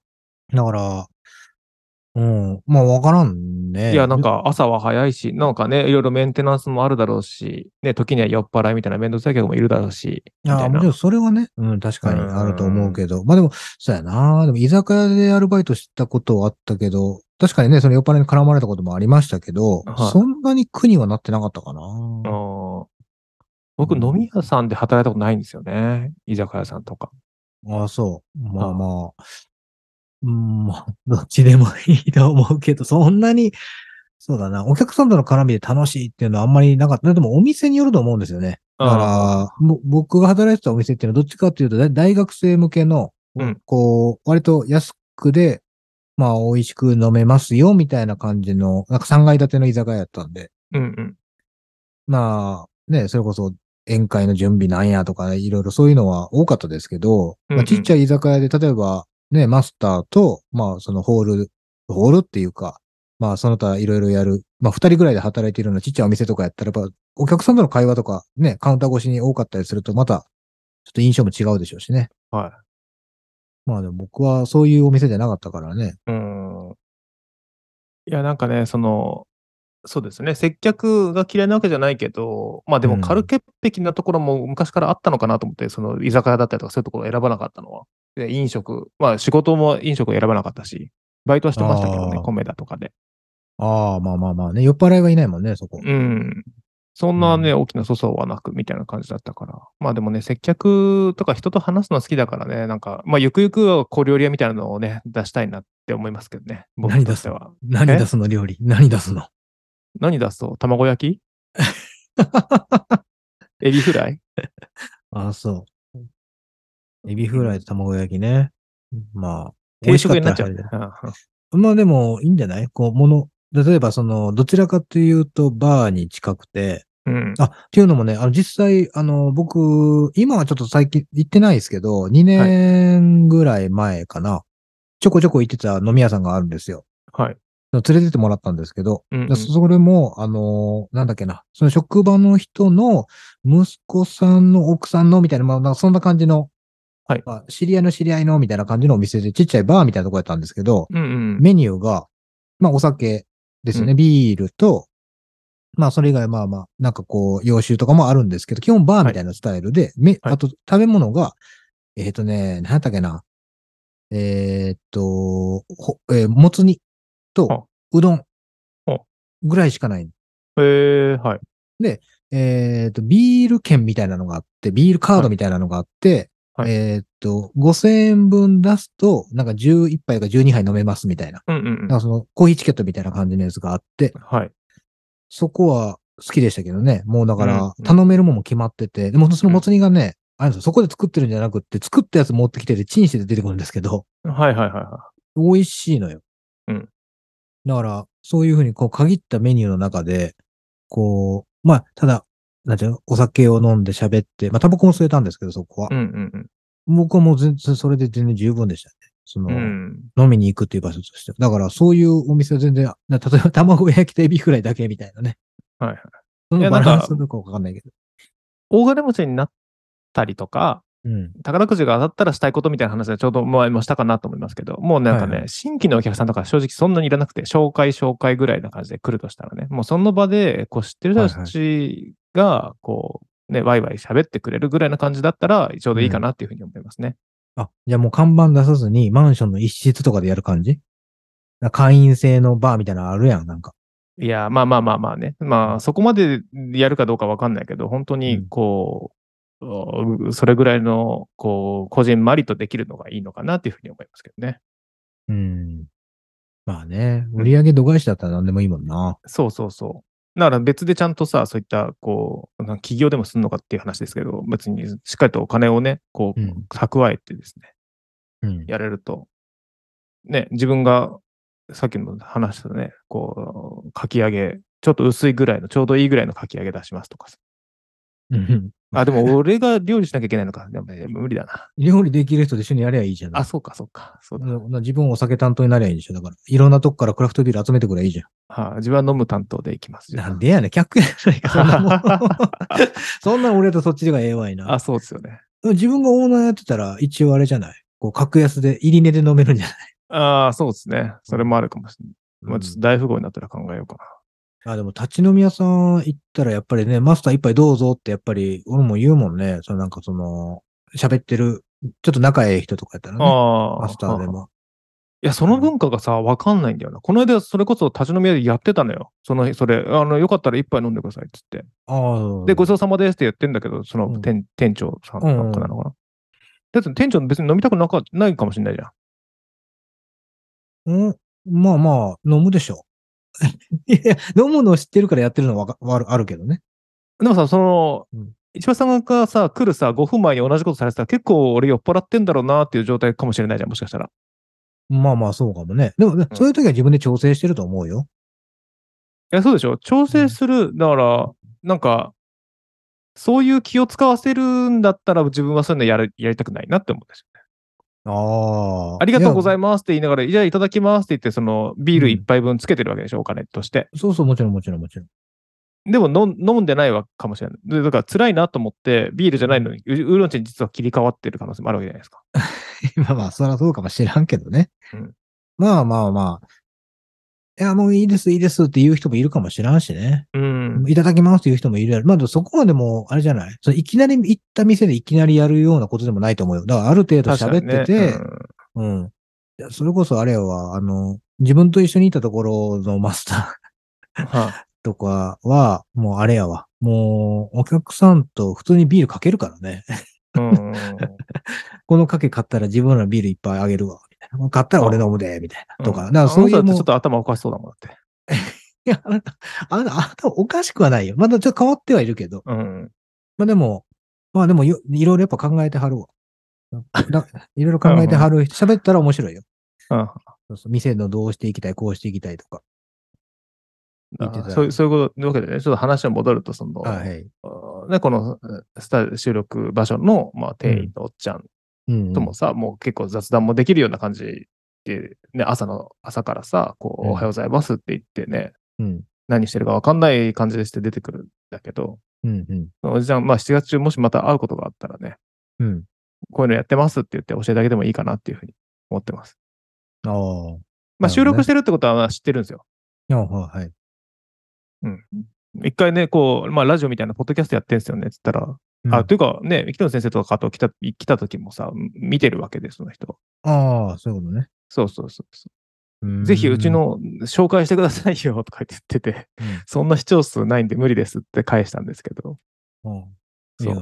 だから、うん。まあ、わからんね。 いや、なんか朝は早いし、なんかね、いろいろメンテナンスもあるだろうし、ね、時には酔っ払いみたいな面倒くさい客もいるだろうし、みああ、 たいな。 もちろんそれはね、うん、確うーかにあると思うん。 けど。まあでも、そうやな。でも、居酒屋でアルバイトしたことはあったけど、確かにね、その酔っ払いに絡まれたこともありましたけど、そはんなに苦にはなってなかったかな。 い。あー僕、飲うん。 み屋さんで働いたことないんですよね。居酒屋さんとか。 ああ、そう。まあはまあ、うん、まあ、どっちでもいいと思うけど、そんなに、そうだな。お客さんとの絡みで楽しいっていうのはあんまりなかった。でもお店によると思うんですよね。 あ、 だかああ、 ら、ぼ僕が働いてたお店っていうのはどっちかっていうと、だ大学生向けの、 うん、 こう、割と安くで、まあ、美味しく飲めますよ、みたいな感じの、なんかさんがい建ての居酒屋やったんで、 うん、うん。 まあ、ね、それこそ宴会の準備なんやとか、いろいろそういうのは多かったですけど、 うん、うまあ、ちっちゃん。 い居酒屋で、例えば、ね、マスターと、まあ、そのホール、ホールっていうか、まあ、その他いろいろやる、まあ、二人ぐらいで働いているようなちっちゃいお店とかやったらば、お客さんとの会話とか、ね、カウンター越しに多かったりすると、また、ちょっと印象も違うでしょうしね。 はまあ、でも僕はそういうお店じゃなかったからね。 い。うん。いや、なんかね、その、そうですね。接客が嫌いなわけじゃないけど、まあでも、カルうん。 潔癖なところも昔からあったのかなと思って、その居酒屋だったりとかそういうところを選ばなかったのは。で、飲食、まあ仕事も飲食を選ばなかったし、バイトはしてましたけどね、 あ米だとかで。 あ、ああ、まあまあまあね、酔っ払いはいないもんね、そこ。 うん。そんなね、 うん。 大きな粗相はなくみたいな感じだったから。まあでもね、接客とか人と話すの好きだからね、なんか、まあゆくゆくは小料理屋みたいなのをね、出したいなって思いますけどね、僕何出すのとしては。 何出えすの料理何出すの？ 何出すと卵焼きエビフライああ、そう。 エビフライと卵焼きね。まあ、美定味しかっ食になっちゃうね。 たらあれだね。 うん。 まあでも、いいんじゃないこう、もの、例えばその、どちらかというと、バーに近くて、 うん。 あ、っていうのもね、あの、実際、あの、僕、今はちょっと最近行ってないですけど、 はい。 にねんぐらい前かな。ちょこちょこ行ってた飲み屋さんがあるんですよ。 はい。 連れてってもらったんですけど、でうんうん。 それも、あの、なんだっけな、その職場の人の息子さんの奥さんのみたいな、まあ、なんかそんな感じの、 はい。 まあ、知り合いの知り合いのみたいな感じのお店で、ちっちゃいバーみたいなとこやったんですけど、 うんうん。 メニューが、まあ、お酒ですよね。 うん。 ビールと、まあ、それ以外、まあまあ、なんかこう、洋酒とかもあるんですけど、基本バーはい。 みたいなスタイルで、め、 はい。 あと、食べ物が、えっとね、何やったっけな、えーっと、ほ、えーもつ煮と、 あ、 うどんあ、 ぐらいしかない。 えー、はい。 で、えっと、ビール券みたいなのがあって、ビールカーはい。 ドみたいなのがあって、 はい。 えっと、ごせんえんぶん出すと、なんかじゅういっぱいかじゅうにはい飲めますみたいな。 うんうんうん。 なんかその、コーヒーチケットみたいな感じのやつがあって、 はい。 そこは好きでしたけどね。もうだうん、 から、 うん、 頼めるもんも決まってて、でもそのもうん。 つ煮がね、あれですよ、そこで作ってるんじゃなくって、作ったやつ持ってきてて、チンして出てくるんですけど、 はいはいはいは美味しいのよ。 い。うん。 だから、そういうふうにこう限ったメニューの中で、こう、まあ、ただ、なんていうの、お酒を飲んで喋って、まあ、タバコも吸えたんですけど、そこは。 うんうん僕はもう全然、それで全然十分でしたね。そうん。うの、 ん。 飲みに行くっていう場所として。だから、そういうお店は全然、な例えば卵焼きとエビフライだけみたいなね。 はいはい。 そいや、なんか、 のバランスはどうかわかんないけど。 大金持ちになったりとか、 うん。 宝くじが当たったらしたいことみたいな話はちょうど前もしたかなと思いますけど、もうなんかね、 はいはい。 新規のお客さんとか正直そんなにいらなくて、紹介紹介ぐらいな感じで来るとしたらね、もうその場で、こう知ってる人たはいはい。 ちが、こう、ね、ワイワイ喋ってくれるぐらいな感じだったら、ちょうどいいかうん。 なっていうふうに思いますね。 あ、じゃあもう看板出さずに、マンションの一室とかでやる感じ？会員制のバーみたいなのあるやん、なんか。 いや、まあまあまあまあね。まあ、そこまでやるかどうかわかんないけど、本当に、 うん。 こう、うそれぐらいの、こう、こじんまりとできるのがいいのかなっていうふうに思いますけどね。 うん。まあね、 うん。 売上度外視だったら何でもいいもんな。 そうそうそう。だから別でちゃんとさ、そういった、こう、起業でもするのかっていう話ですけど、別にしっかりとお金をね、こう、 うん。 蓄えてですね、 うん。 やれると、ね、自分がさっきも話したね、こう、かき揚げ、ちょっと薄いぐらいの、ちょうどいいぐらいのかき揚げ出しますとかさ。 うん。 あ、でも俺が料理しなきゃいけないのか。でもね無理だな。 料理できる人と一緒にやりゃいいじゃん。だあ、 かそうか、そうか。そうだらな。 自分お酒担当になりゃいいんでしょ。だから、いろんなとこからクラフトビール集めてくればいいじゃん。 はあ、自分は飲む担当でいきます、じゃなんでやねん、客やないか、そんなもん。そんなん俺とそっちがええわいな。 あ、そうですよね。 自分がオーナーやってたら、一応あれじゃない。こう、格安で、入り値で飲めるんじゃない？ ああ、そうですね。 うん。 それもあるかもしれない。まあ、ちょっとうん。 大富豪になったら考えようかあ、でも立ち飲み屋さん行ったらやっぱりね、マスター一杯どうぞってやっぱり、俺も言うもんね。そのなんかその、喋ってる、ちょっと仲ええ人とかやったらな。あね。 あ、 マスターでも。 はは。いや、その文化がさ、わかんないんだよな。この間、それこそ立ち飲み屋でやってたのよ。その、それ、あの、よかったら一杯飲んでくださいっつって。 ああ、 で、ごちそうさまですって言ってんだけど、そのうん。 店、店長さんうばっかなのん。 かな。だって店長別に飲みたくなか、ないかもしれないじゃん。 うん。まあまあ、飲むでしょ。いや、飲むのを知ってるからやってるのはわかわるあるけどね。 でもさ、その、 うん。 石橋さんがさ、来るさ、ごふんまえに同じことされてたら結構俺酔っ払ってんだろうなっていう状態かもしれないじゃん、もしかしたら。 まあまあ、そうかもね。でもね、 うん。いそういう時は自分で調整してると思うよ。 や、そうでしょ。調うん。 整する。だから、なんか、そういう気を使わせるんだったら自分はそういうのやるやりたくないなって思うんですよ。 ああ、 ありがとういや、 ございますって言いながら、じゃあいただきますって言って、そのビール一うん。 杯分つけてるわけでしょ、お金として。 そうそう、もちろん、もちろん、もちろん。 でも飲飲んでないわかもしれない。でだから辛いなと思って、ビールじゃうん。 ないのに、ウウーロン茶に実は切り替わってる可能性もあるわけじゃないですか。 まあまあ、そりゃそうかもしらんけどね。 うん。 まあまあまあ。いや、もういいです、いいですって言う人もいるかもしらんしね。 うん。 いただきますっていう人もいるやろ。まあ、そこまでも、あれじゃないそのいきなり行った店でいきなりやるようなことでもないと思うよ。だからある程度喋って確かにね。うて、 ん。 うん。いやそれこそあれは、あの、自分と一緒にいたところのマスターはとかは、もうあれやわ。もう、お客さんと普通にビールかけるからね。 あ、うん。 このかけ買ったら自分らビールいっぱいあげるわ。みたいな。買ったら俺飲あ、 むで、みたいな。とか。だうん。 からあのそういうもう、 人だってちょっと頭おかしそうだもんだって。 いや、あなた、あなた、あなたおかしくはないよ。まだちょっと変わってはいるけど。 うん。 まあでも、まあでもよ、いろいろやっぱ考えてはるわ。 だいろいろ考えてはる人、喋ったら面白いよ。 うん。 そうそう、店のどうしていきたい、こうしていきたいとか言ってたら。 あそういう、そういうこと、いうわけでね、ちょっと話を戻ると、その、 あ、はい。 あね、このスタ収録場所の、まあ、店員のおっちゃんうんうん。 ともさ、もう結構雑談もできるような感じで、ね、朝の、朝からさ、こう、 うんおはようございますって言ってね、 うん何してるかわかんない感じでして出てくるんだけど、 うんうんおじちゃん、まあしちがつ中もしまた会うことがあったらね、 うんこういうのやってますって言って教えてあげてもいいかなっていうふうに思ってます。 ああ、 まあ収録しなるほどね。 てるってことは知ってるんですよ。 ああ、はい。 うん。一回ね、こう、まあラジオみたいなポッドキャストやってんすよねって言ったら、あ、 うん。 というかね、北野先生とかと来た、来た時もさ、見てるわけです、その人。 ああ、そういうことね。 そうそうそうそう。 うーぜひうちん。 の紹介してくださいよとか言ってて、 うん。 そんな視聴数ないんで無理ですって返したんですけど、 ああ、いや、 そう。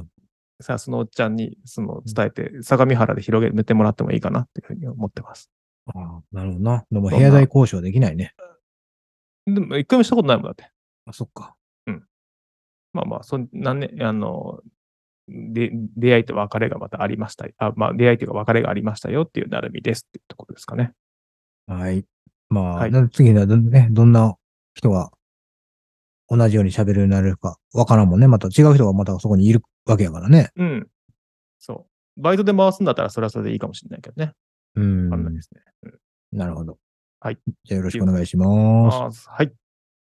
さあ、そのおっちゃんにそのうん伝えて、相模原で広げてもらってもいいかなっていうふうに思ってます。 ああ、なるほどな。でも部そんな、 屋代交渉できないね。 でも一回もしたことないもんだって。 あ、そっか。 うん。まあまあ、そんなね、あの、で、出会いと別れがまたありました。あ、まあ、出会いというか別れがありましたよっていうなるみですっていうところですかね。 はい。まあ、 はい。 な次はど、ね、どんな人が同じように喋るようになれるかわからんもんね。また違う人がまたそこにいるわけやからね。 うん。そう。バイトで回すんだったらそれはそれでいいかもしれないけどね。 うわかんないでん。 すね。うん。 なるほど。 はい。っじゃあよろしていうことで。 くお願いします。 まあ、はい。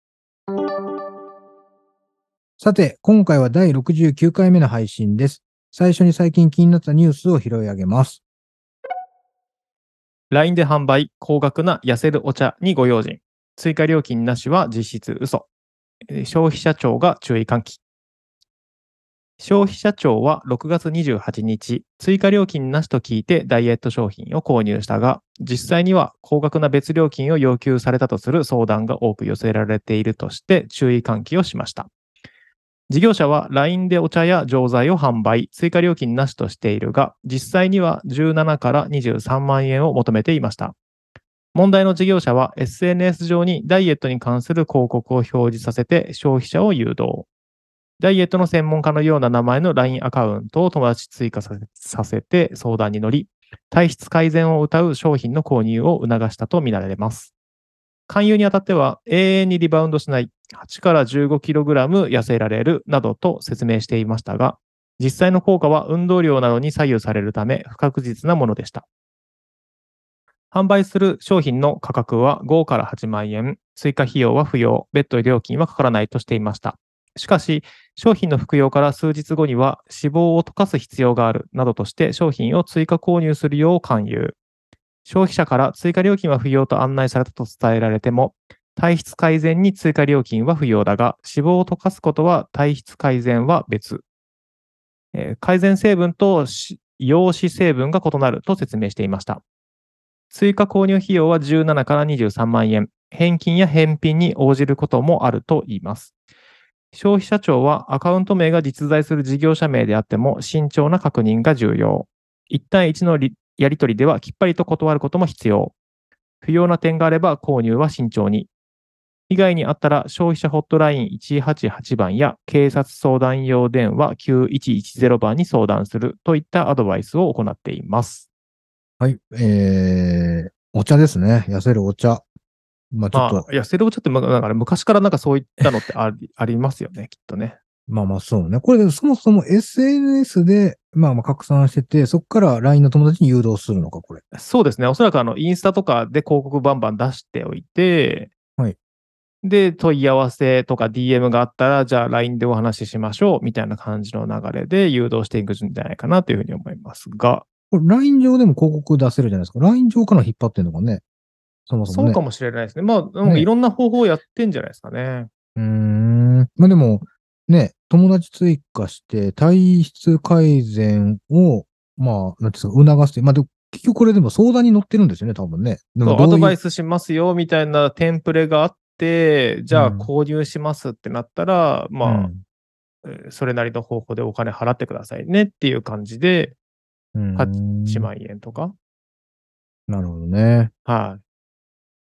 さて、今回はだいろくじゅうきゅうかいめの配信です。最初に最近気になったニュースを拾い上げます。 ライン で販売、高額な痩せるお茶にご用心。追加料金なしは実質嘘。えー消費者庁が注意喚起。消費者庁はろくがつにじゅうはちにち、追加料金なしと聞いてダイエット商品を購入したが、実際には高額な別料金を要求されたとする相談が多く寄せられているとして注意喚起をしました。事業者は ライン でお茶や錠剤を販売、追加料金なしとしているが、実際にはじゅうななからにじゅうさんまんえんを求めていました。問題の事業者は エスエヌエス 上にダイエットに関する広告を表示させて消費者を誘導。ダイエットの専門家のような名前の ライン アカウントを友達追加させさせて相談に乗り、体質改善を謳う商品の購入を促したとみられます。勧誘にあたっては永遠にリバウンドしない、はちからじゅうごキログラム痩せられるなどと説明していましたが、実際の効果は運動量などに左右されるため不確実なものでした。販売する商品の価格はごからはちまんえん、追加費用は不要、別途料金はかからないとしていました。しかし、商品の服用から数日後には脂肪を溶かす必要があるなどとして商品を追加購入するよう勧誘。消費者から追加料金は不要と案内されたと伝えられても、体質改善に追加料金は不要だが、脂肪を溶かすことは体質改善は別。えー改善成分と陽子成分が異なると説明していました。追加購入費用はじゅうななからにじゅうさんまんえん、返金や返品に応じることもあるといいます。消費者庁はアカウント名が実在する事業者名であっても慎重な確認が重要。いち対いちのやり取りではきっぱりと断ることも必要。不要な点があれば購入は慎重に。被害に遭ったら消費者ホットラインいちはちはちばんや警察相談用電話きゅういちいちゼロばんに相談するといったアドバイスを行っています。 はい。えー、お茶ですね。痩せるお茶。まあちょっと、 まあ、痩せるお茶って、まあだから昔からなんかそういったのってありありますよね、きっとね。 まあまあそうね。これでそもそも エスエヌエス で、まあまあ拡散してて、そこから ライン の友達に誘導するのか、これ。 そうですね。おそらくあの、インスタとかで広告バンバン出しておいて、 はい。 で、問い合わせとか ディーエム があったら、じゃあ ライン でお話ししましょう、みたいな感じの流れで誘導していくんじゃないかなというふうに思いますが、 これ ライン 上でも広告出せるじゃないですか。ライン 上から引っ張ってんのかね。そもそもね。 そうかもしれないですね。まあ、なんかいね。 ろんな方法をやってんじゃないですかね。 うーん。まあでも、ね、友達追加して体質改善を、まあ、なんていうんですか、促すという。まあでも、結局これでも相談に乗ってるんですよね、多分ね。でそうアもどういう、 ドバイスしますよ、みたいなテンプレがあって、じゃあうん、 購入しますってなったら、まあ、 うん、 えーそれなりの方法でお金払ってくださいねっていう感じで、 うーはちん。 まん円とか。 なるほどね。 はい。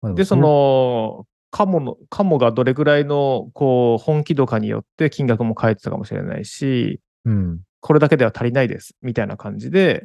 で、そまあでもそう、 の、カモの、カモがどれぐらいの、こう、本気度かによって金額も変えてたかもしれないし、 うん、 これだけでは足りないです、みたいな感じで、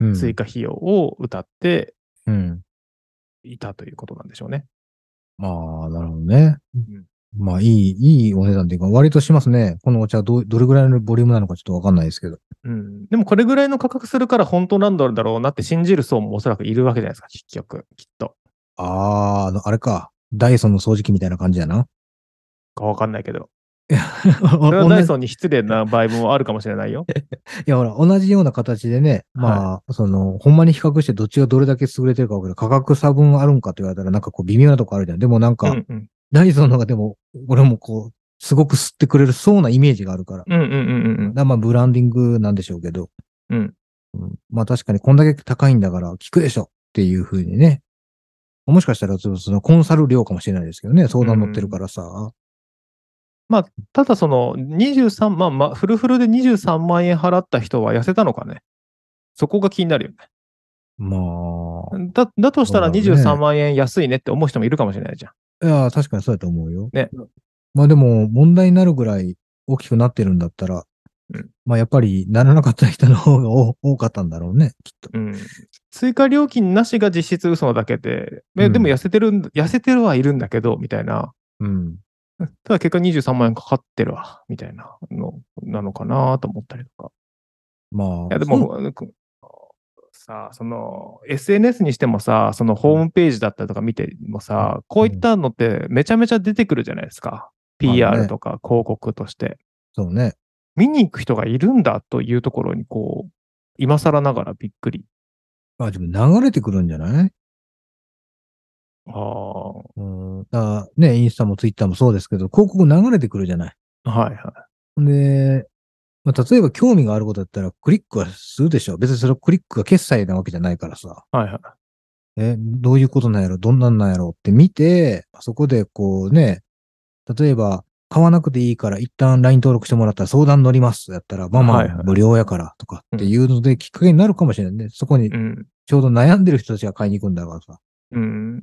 追加費用を謳ってうん。 いたということなんでしょうね。 まあ、なるほどね。 うんまあ、いい、いいお値段っていうか、割としますね。このお茶はど、どれぐらいのボリュームなのかちょっとわかんないですけど。 うん、でもこれぐらいの価格するから本当なんだろうなって信じる層もおそらくいるわけじゃないですか、結局、きっと。 あー、あの、あれか。ダイソンの掃除機みたいな感じやな。 かわかんないけど。それはダイ同じ、 ソンに失礼な場合もあるかもしれないよ。 いや、ほら、同じような形でね、 はまあ、その、ほんまに比較してどっちがどれだけ優れてるか分かる。価格差分あるんかと言われたら、なんかこう微妙なとこあるじゃん。でもなんい。うか、 んうん。 ダイソンの方がでも、俺もこう、すごく吸ってくれるそうなイメージがあるから。 うんうんうんうんだからまあ、ブランディングなんでしょうけど、 うん。うん。 うんまあ確かにこんだけ高いんだから効くでしょっていうふうにね。もしかしたらそのそのコンサル料かもしれないですけどね。相談乗ってるからさ。 まあ、ただそのにじゅうさんまん、まあ、フルフルでにじゅうさんまん円払った人は痩せたのかね。そこが気になるよまあ、 ね。だ、だとしたらそうだろう 23 ね。 万円安いねって思う人もいるかもしれないじゃん。 いや、確かにそうだと思うよ。 ね。 まあでも、問題になるぐらい大きくなってるんだったら、 うん。 まあやっぱりならなかった人の方が多多かったんだろうね、きっと。 うん。追加料金なしが実質嘘なだけで、えでもうん痩せてるん、痩せてるはいるんだけど、みたいな。 うん。 ただ結果にじゅうさんまん円かかってるわ、みたいなのなのかなと思ったりとか。 まいや、 あ、そでも、さあ、その エスエヌエス にしてもさ、そのホームページだったりとか見てもさ、こういったのってめちゃめちゃ出てくるじゃないですか。 あるピーアールね。 とか広告として。 そうね。 見に行く人がいるんだというところに、こう、今更ながらびっくり。 まあ、でも流れてくるんじゃない？ ああ、はうん。だからね、インスタもツイッターもそうですけど、広告流れてくるじゃない。 いはで、まあ、例えば興味があることだったらクリックはするでしょ。別にそれクリックが決済なわけじゃないからさ。 い。はいはい。 え、どういうことなんやろ、どんなんなんやろって見て、そこでこうね、例えば買わなくていいから一旦 ライン 登録してもらったら相談乗りますやったら、まあまあはいはい。 無料やからとかっていうのできっかけになるかもしれないね。そこにうん。 ちょうど悩んでる人たちが買いに行くんだからさ。 うん。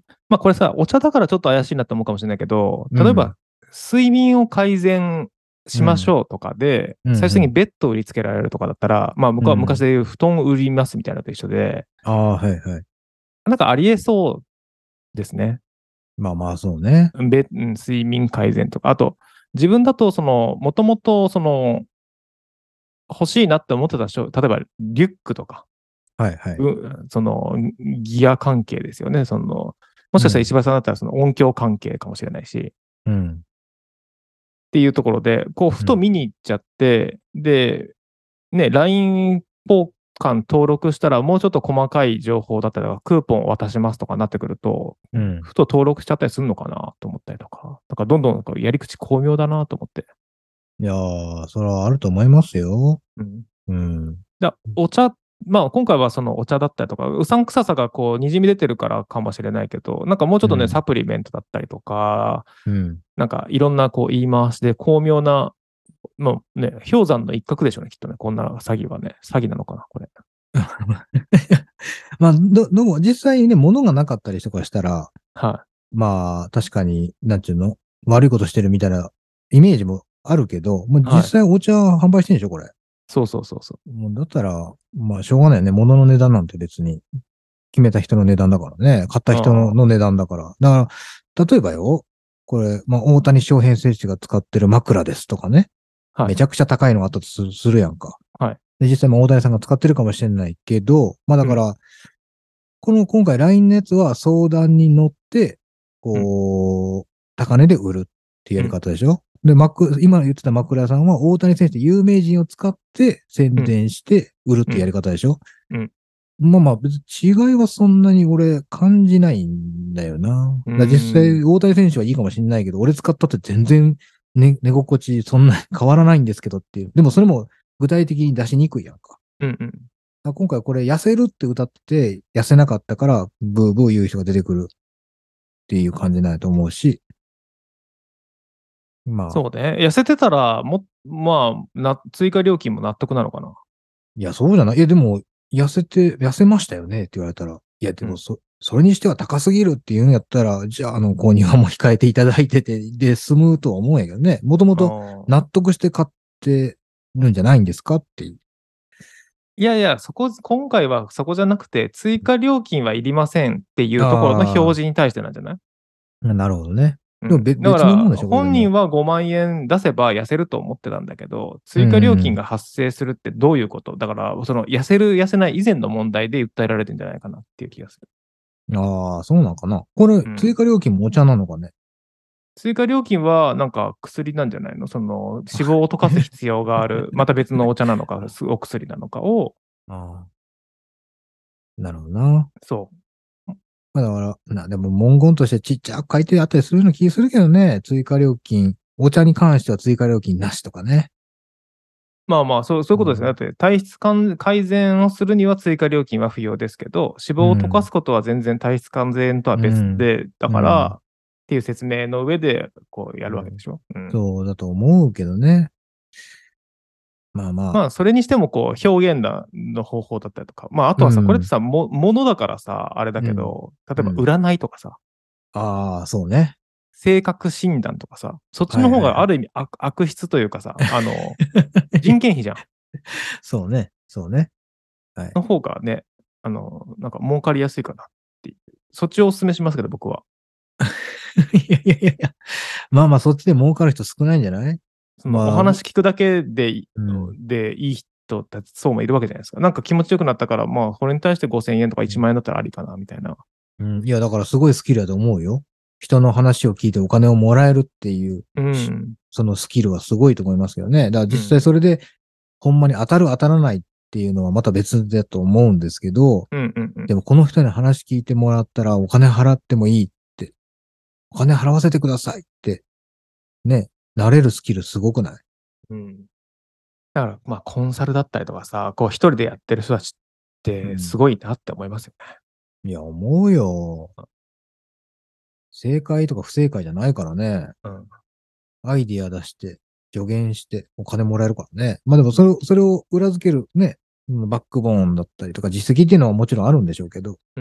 まあこれさ、お茶だからちょっと怪しいなと思うかもしれないけど、 うん。 例えば、睡眠を改善しましうん。 ょうとかで、 うん。 最終的にうん。 ベッドを売りつけられるとかだったら、まあ僕は昔うん。 で言う布団を売りますみたいなのと一緒で、 ああ、はいはい。 なんかありえそうですね。 まあまあそうね。 ベうん睡眠改善とか、あと、自分だと、その、もともと、その、欲しいなって思ってたしょ、例えば、リュックとか、 はいはい。 うその、ギア関係ですよね。その、もしかしたらうん。 石橋さんだったらその音響関係かもしれないし、 うん。 っていうところで、こう、ふうん。 と見に行っちゃって、で、ね、ライン 交換登録したら、もうちょっと細かい情報だったりとか、クーポンを渡しますとかなってくると、 うん。 ふと登録しちゃったりするのかなと思ったりとか、なんかどんどんなんかやり口巧妙だなと思って。 いやー、それはあると思いますよ。 うん。 うん。 だお茶、まあ今回はそのお茶だったりとか、うさんくささがこうにじみ出てるからかもしれないけど、なんかもうちょっとね、 うん。 サプリメントだったりとか、 うん。 なんかいろんなこう言い回しで巧妙な、もうね、氷山の一角でしょうね、きっとね、こんな詐欺はね、詐欺なのかな、これ。 まあ、ど、どうも、実際にね、物がなかったりとかしたら、 はまあ、確かに、なんていうの悪いことしてるみたいなイメージもあるけど、もうい。はい。 実際お茶販売してんでしょ、これ。 そうそうそうそもうだったら、まあ、しょうがないよね。物の値段なんて別に決めた人の値段だからね。買ったう。 人のあの値段だから。だから、例えばよ、これ、まあ、大谷翔平選手が使ってる枕ですとかね。 あ、はい。 めちゃくちゃ高いのがあったとすするやんか。 はい。 で、実際も大谷さんが使ってるかもしれないけど、まあだうん。 から、この今回 ライン のやつは相談に乗って、 うん。 こう、高値で売るっていうやりうん。 方でしょ？で、マク、今言ってた枕屋さんは大谷選手って有名人を使って宣うん。 伝して売るっていうやうん。 り方でしょ？ うん。 まあまあ別に違いはそんなに俺感じないんだよな。 うだ実ん。 際大谷選手はいいかもしれないけど、俺使ったって全然、ね、寝心地そんな変わらないんですけどっていう。でもそれも具体的に出しにくいやんか。 うん。うん。 今回これ痩せるって歌ってて痩せなかったからブーブー言う人が出てくるっていう感じなんやと思うし、まあ、 そうね。痩せてたら、も、まあ、な、追加料金も納得なのかな。 いや、そうじゃない。いや、でも、痩せて、痩せましたよねって言われたら、いや、でうん。 もそ、それにしては高すぎるっていうのやったら、じゃあ、あの、購入はもう控えていただいてて、で、済むとは思うんやけどね。もともあとあ。 納得して買ってるんじゃないんですかっていう。 いやいや、そこ、今回はそこじゃなくて、追加料金はいりませんっていうところの表あ示に対してなんじゃない？ あ、なるほどね。 うん。 でもべだから、 別のもんでしょ、これでも。 本人はごまん円出せば痩せると思ってたんだけど、 う追加料金ん。 が発生するってどういうこと？だから、その痩せる、痩せない以前の問題で訴えられてんじゃないかなっていう気がする。 ああ、そうなんかな。これ、 うん。 追加料金もお茶なのかね。 追加料金はなんか薬なんじゃないの？その脂肪を溶かす必要がある、また別のお茶なのか、すお薬なのかを、 ああ、なるほどな。 そう。 まあだから、な、でも文言としてちっちゃく書いてあったりするような気するけどね。追加料金。お茶に関しては追加料金なしとかね。 まあまあ、そう、そういうことですね。だうん。 って体質改改善をするには追加料金は不要ですけど、脂肪を溶かうん。 すことは全然体質改善とはうん。 別で、だうん。 からっていう説明の上でこうやうん。 るわけでしょ。うん。 そうだと思うけどね。まあまあ。 まあ、それにしてもこう表現なの方法だったりとか、まあ、あとはさ、これってうん。 さ、も、ものだからさ、あれだうん。 けど、例えばうん。 占いとかさ、 ああ、そうね。 性格診断とかさ、そっちの方はいはいはい。 がある意味悪悪質というかさ、あの、人件費じゃん。 そうね。そうね。はい。 の方がね、あの、なんか儲かりやすいかなっていう。そっちをお勧めしますけど、僕は。 いやいやいやいや。まあまあ、そっちで儲かる人少ないんじゃない？ そのおまあ、 話聞くだけでいうん。 でいい人たち、そうもいるわけじゃないですか。なんか気持ちよくなったから、まあ、これに対してごせんえんとかいちまん円だったらありかなみたいな。 うん。いや、だからすごいスキルだと思うよ。人の話を聞いてお金をもらえるっていう、 うしん。 そのスキルはすごいと思いますけどね。だから実際うん。 それで、ほんまに当たる当たらないっていうのはまた別だと思うんですけど、 うんうんうん。 でもこの人に話聞いてもらったらお金払ってもいいって、お金払わせてくださいって、ね、なれるスキルすごくない？ うん。だから、まあ、コンサルだったりとかさ、こう一人でやってる人たちってすうん。 ごいなって思いますよね。 いや、思うよ。正解とか不正解じゃないからね。 うん。 アイディア出して、助言してお金もらえるからね。まあでもそれを、それを裏付けるね、うんバックボーンだったりとか実績っていうのはもちろんあるんでしょうけど。 うん。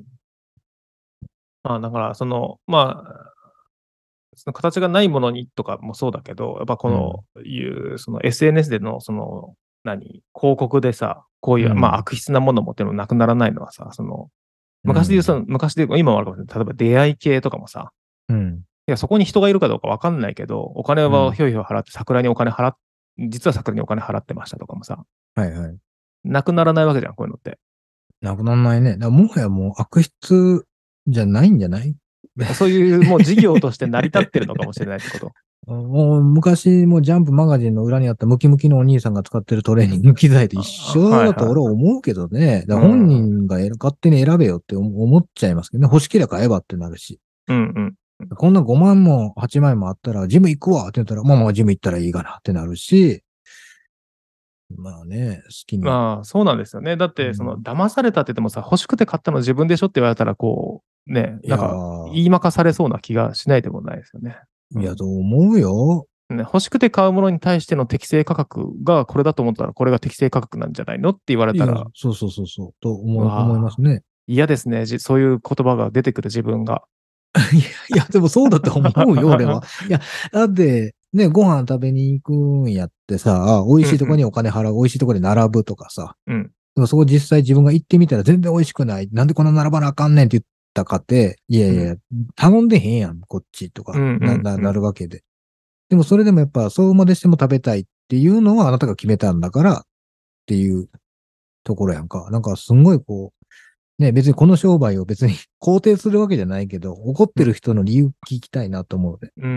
まあ、だから、その、まあ、その形がないものにとかもそうだけど、やっぱこうん。 のいう、その エスエヌエス でのその、何、広告でさ、こういう、まあうん。 悪質なものを持ってるのなくならないのはさ、その、昔で言う、そうん。 の、昔で言う、今はあるかもしれない。例えば出会い系とかもさ、 うん。 いや、そこに人がいるかどうかわかんないけど、お金うん。 はひょいひょい払って、桜にお金払っ、実は桜にお金払ってましたとかもさ、 はいはい。 なくならないわけじゃん、こういうのって。 なくならないね。だからもはやもう悪質じゃないんじゃない？ そういうもう事業として成り立ってるのかもしれないってこと。 もう昔もジャンプマガジンの裏にあったムキムキのお兄さんが使ってるトレーニング機材と一あ、 緒だと俺ははいはい。 思うけどね。だから本うん。 人が勝手に選べよって思っちゃいますけどね。欲しければ買えばってなるし。 うんうん。 こんなごまんもはちまん円もあったら、ジム行くわって言ったら、まあまあジム行ったらいいかなってなるし、まあね、好きに。 まあ、そうなんですよね。だって、その、 うん、 騙されたって言ってもさ、欲しくて買ったの自分でしょって言われたら、こう、ね、 いやなんか、 ー、 言いまかされそうな気がしないでもないですよね。ういや、 ん。 と思うよ。 ね、欲しくて買うものに対しての適正価格がこれだと思ったら、これが適正価格なんじゃないのって言われいや、 たら、 そうそうそうそう、とう思う、思いまわあ、 すね。 嫌ですね。じそういう言葉が出てくる自分が。 いや、いやでもそうだと思うよ、俺は。いや、だって、ね、ご飯食べに行くんやってさ、美味しいとこにうんうん。 お金払う、美味しいとこで並ぶとかさ、 うん。 でもそこ実際自分が行ってみたら全然美味しくない。なんでこんな並ばなあかんねんって言ったかって、いやいや、 うん。 頼んでへんやん、こっちとか、 うんうな、な、なんうん。 るわけで。でもそれでもやっぱ、そうまでしても食べたいっていうのはあなたが決めたんだからっていうところやんか。なんかすんごいこう、ね、別にこの商売を別に肯定するわけじゃないけど、怒ってる人の理由聞きたいなと思うね。 うん。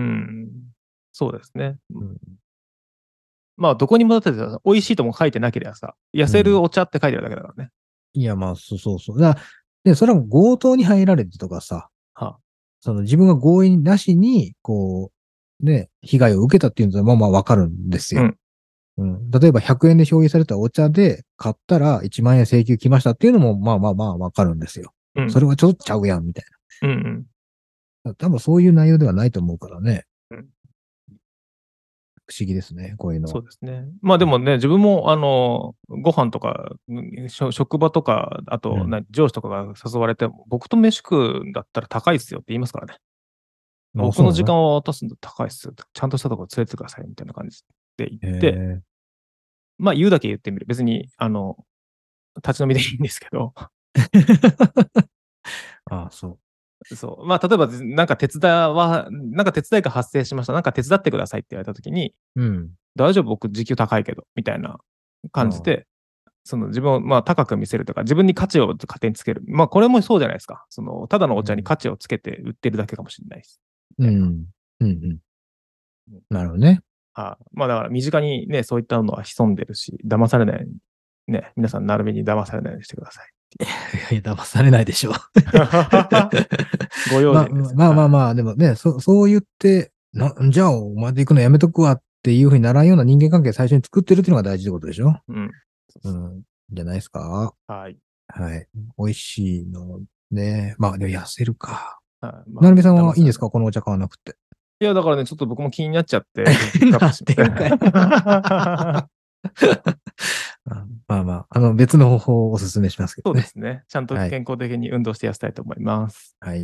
そうですね。 うん。 まあ、どこにもだってさ、美味しいとも書いてなければさ、痩せるうん。 お茶って書いてあるだけだからね。 いや、まあ、そうそうそう。だからで、それは強盗に入られてとかさ、 はその自分が合意なしに、こう、ね、被害を受けたっていうのはまあまあわかるんですあ、うよ。 ん。 うん。例えばひゃくえんで消費されたお茶で買ったらいちまん円請求来ましたっていうのもまあまあまあわかるんですよ。 うん。 それはちょっとちゃうやん、みたいうん。うん。 な。多分そういう内容ではないと思うからね。 うん。 不思議ですね、こういうのは。 そうですね。まあでもね、自分も、あの、ご飯とか、うんしょ職場とか、あと、 うん。 な上司とかが誘われても、僕と飯食うんだったら高いっすよって言いますからね。 あ、 僕の時そうなの？ 間を渡すんだ高いっすよ。ちゃんとしたところ連れてってくださいみたいな感じで言って、 へえ。 まあ言うだけ言ってみる。別に、あの、 立ち飲みでいいんですけど。 ああ、そう。 そう。まあ、例えば、なんか手伝わ、なんか手伝いが発生しました。なんか手伝ってくださいって言われたときに、 うん。 大丈夫、僕時給高いけど、みたいな感じああ。 で、その自分をまあ高く見せるとか、自分に価値を勝手につける。まあ、これもそうじゃないですか。その、ただのお茶にうん。 価値をつけて売ってるだけかもしれないです。みたいな。 うん。うん。うんなるほどね。 はい。まあ、だから身近にね、そういったのは潜んでるし、騙されないように、ね、皆さんなるべく騙されないようにしてください。 いや、騙されないでしょう。 ご用まあ、 心ですよ。はい。 まあまあまあ、でもね、そ、そう言って、な、じゃあ、お前で行くのやめとくわっていうふうにならんような人間関係最初に作ってるっていうのが大事ってことでしょ。 うん。そうそう。 うん。じゃないですか。 はい。 はい。美味しいのね。まあ、でも痩せるか。 はい。まあ、 なるみさんはいいんです騙されない。 かこのお茶買わなくて。 いや、だからね、ちょっと僕も気になっちゃって、ピックアッなっプしましてんかい。 た。 まあまあ、あの、別の方法をお勧めしますけどそうでね。 すね。ちゃんとはい。 健康的に運動して痩せたいと思います。 はい。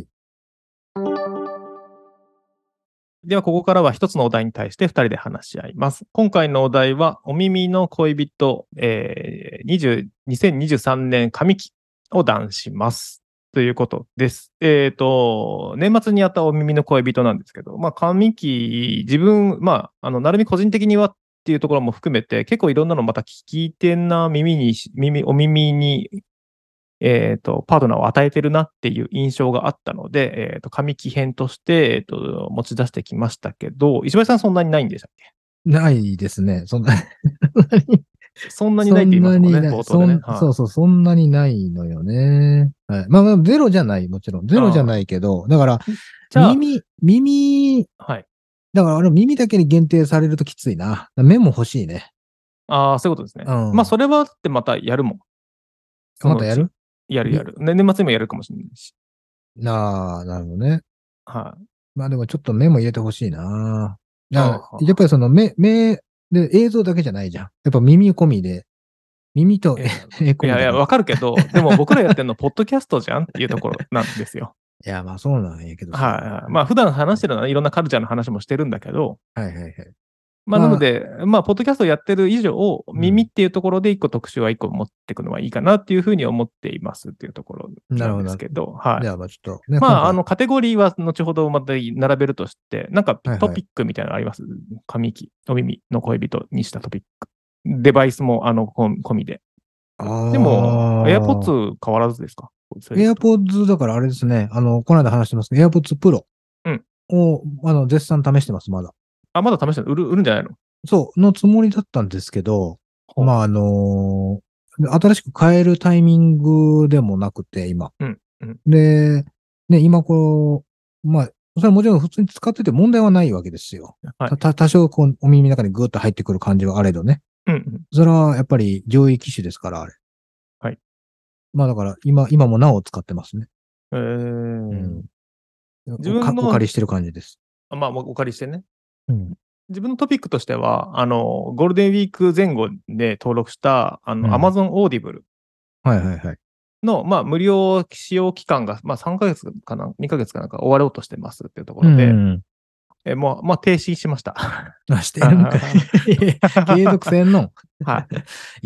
では、ここからは一つのお題に対してふたりで話し合います。今回のお題は、お耳の恋人、えー、にじゅうにせんにじゅうさんねん上期を談します。ということです。えっ、と、年末にやったお耳の恋人なんですけど、まあ、上期、自分、まあ、あの、なるみ個人的にはっていうところも含めて、結構いろんなのまた聞き手な耳に、耳、お耳にえっ、と、パートナーを与えてるなっていう印象があったので、えっ、と、上期編として、えっ、と、持ち出してきましたけど、石橋さんそんなにないんでしたっけ？ ないですね。そんな、 そんなにないそんって言いましたもんね、 なにない。 冒頭でね。 そん、 はい。 そうそう、そんなにないのよね。はい。まあまあ、ゼロじゃない、もちろん。ゼロじゃあないけど、だから、 ーじゃ耳、耳、 あ、はい。 だからあの耳だけに限定されるときついな。目も欲しいね。 ああ、そういうことですね。まあ、 うん。 それはってまたやるもん。そのうち。 またやるみ、 やるやる。ね、年末にもやるかもしれないし。 なあ、なるほどね。 はい。 まあでもちょっと目も入れてほしいな。いや、やっぱああ、 りその目、目で映像だけじゃないじゃん。やっぱ耳込みで、耳とえ絵ーいやいや、 込みだから。 わかるけど、でも僕らやってるのポッドキャストじゃんっていうところなんですよ。 いや、まあそうなんやけどさ。 はいはい。まあ、普段話してるのはいろんなカルチャーの話もしてるんだけど、 はいはいはい。 まあ、なまあ、 ので、まあ、ポッドキャストをやってる以上、 うん。 耳っていうところで一個特集は一個持っていくのはいいかなっていうふうに思っていますっていうところなんでなるほど。 すけど、はい。 じゃあ、まあちょっとね、 まあ、あ今回、 の、カテゴリーは後ほどまた並べるとして、なんかはいはい。 トピックみたいなのあります？紙機、お耳の恋人にしたトピック。デバイスも、あの、込みで。でも、 あ AirPods 変わらずですか？そあ、 れでいくと。 AirPods だからあれですね。あの、この間話してますけど、AirPods Pro うん。 を、あの、絶賛試してます、まだ。 あ、まだ試してる売る売るんじゃないの？ そう、のつもりだったんですけど、 ほまあ、あの新しく変えるタイミングでもなくて、今。 う。うん。うん。 で、ね、今こう、まあ、それはもちろん普通に使ってて問題はないわけですよ。 はい。 た、た、多少こう、お耳の中にグーッと入ってくる感じはあれどね。 うん。うん。 それはやっぱり上位機種ですから、あれ。 はい。 まあだから今、今もなお使ってますね。 えー、 うん。おか、 自分の、 お借りしてる感じです。 あまあ、お借りしてね。 うん。 自分のトピックとしては、あの、ゴールデンウィーク前後で登録した、あの、 うん。 Amazon Audible はいはいはい。 の、まあ、無料使用期間が、まあ、さんかげつかな、にかげつかなんか終わろうとしてますっていうとこうろで、 ん。 えもう、まあ、停止しました。 あ、してるんかい。継続せんの。 はい。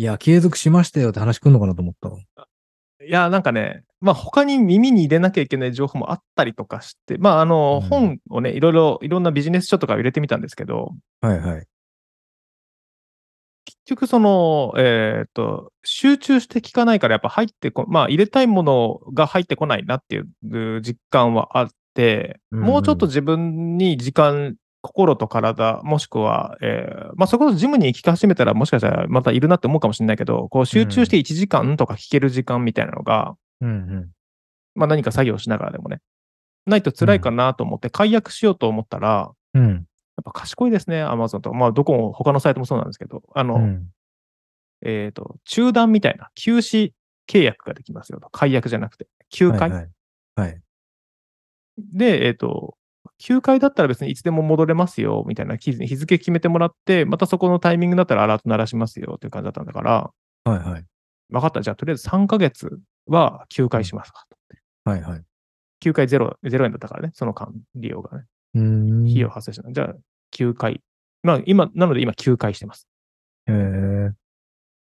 いや、継続しましたよって話来んのかなと思ったわ。 いや、なんかね、まあ、他に耳に入れなきゃいけない情報もあったりとかして、まあ、あの、 うん。 本をね、いろいろ、いろんなビジネス書とか入れてみたんですけど、 はいはい。 結局その、えっと、集中して聞かないからやっぱ入ってこまあ、入れたいものが入ってこないなっていう実感はあって、もうちょっとうんうん。 自分に時間、心と体、もしくは、えーまあ、それこそジムに行き始めたらもしかしたらまたいるなって思うかもしれないけど、こう集中していちじかんとか聞ける時間みたいなのが、 うんうん。 まあ、何か作業しながらでもね、ないと辛いかうん。 なと思って解約しようと思ったら、 うん。 やっぱ賢いですね、Amazon と。まあ、どこも他のサイトもそうなんですけど、あの、 うん。 えっと、中断みたいな、休止契約ができますよと。解約じゃなくて。休会。 はいはい。はい。 で、えっと、休会だったら別にいつでも戻れますよ、みたいな日日付決めてもらって、またそこのタイミングだったらアラート鳴らしますよっていう感じだったんだから、 はいはい。 分かった、じゃあとりあえずさんかげつは休うん。 会しますかと。 はいはい。 休会ゼロ、ゼロ円だったからね、その間、利用がね。 うーん。 費用発生しない。じゃあ、休会。まあ、今、なので今休会してます。 へえ。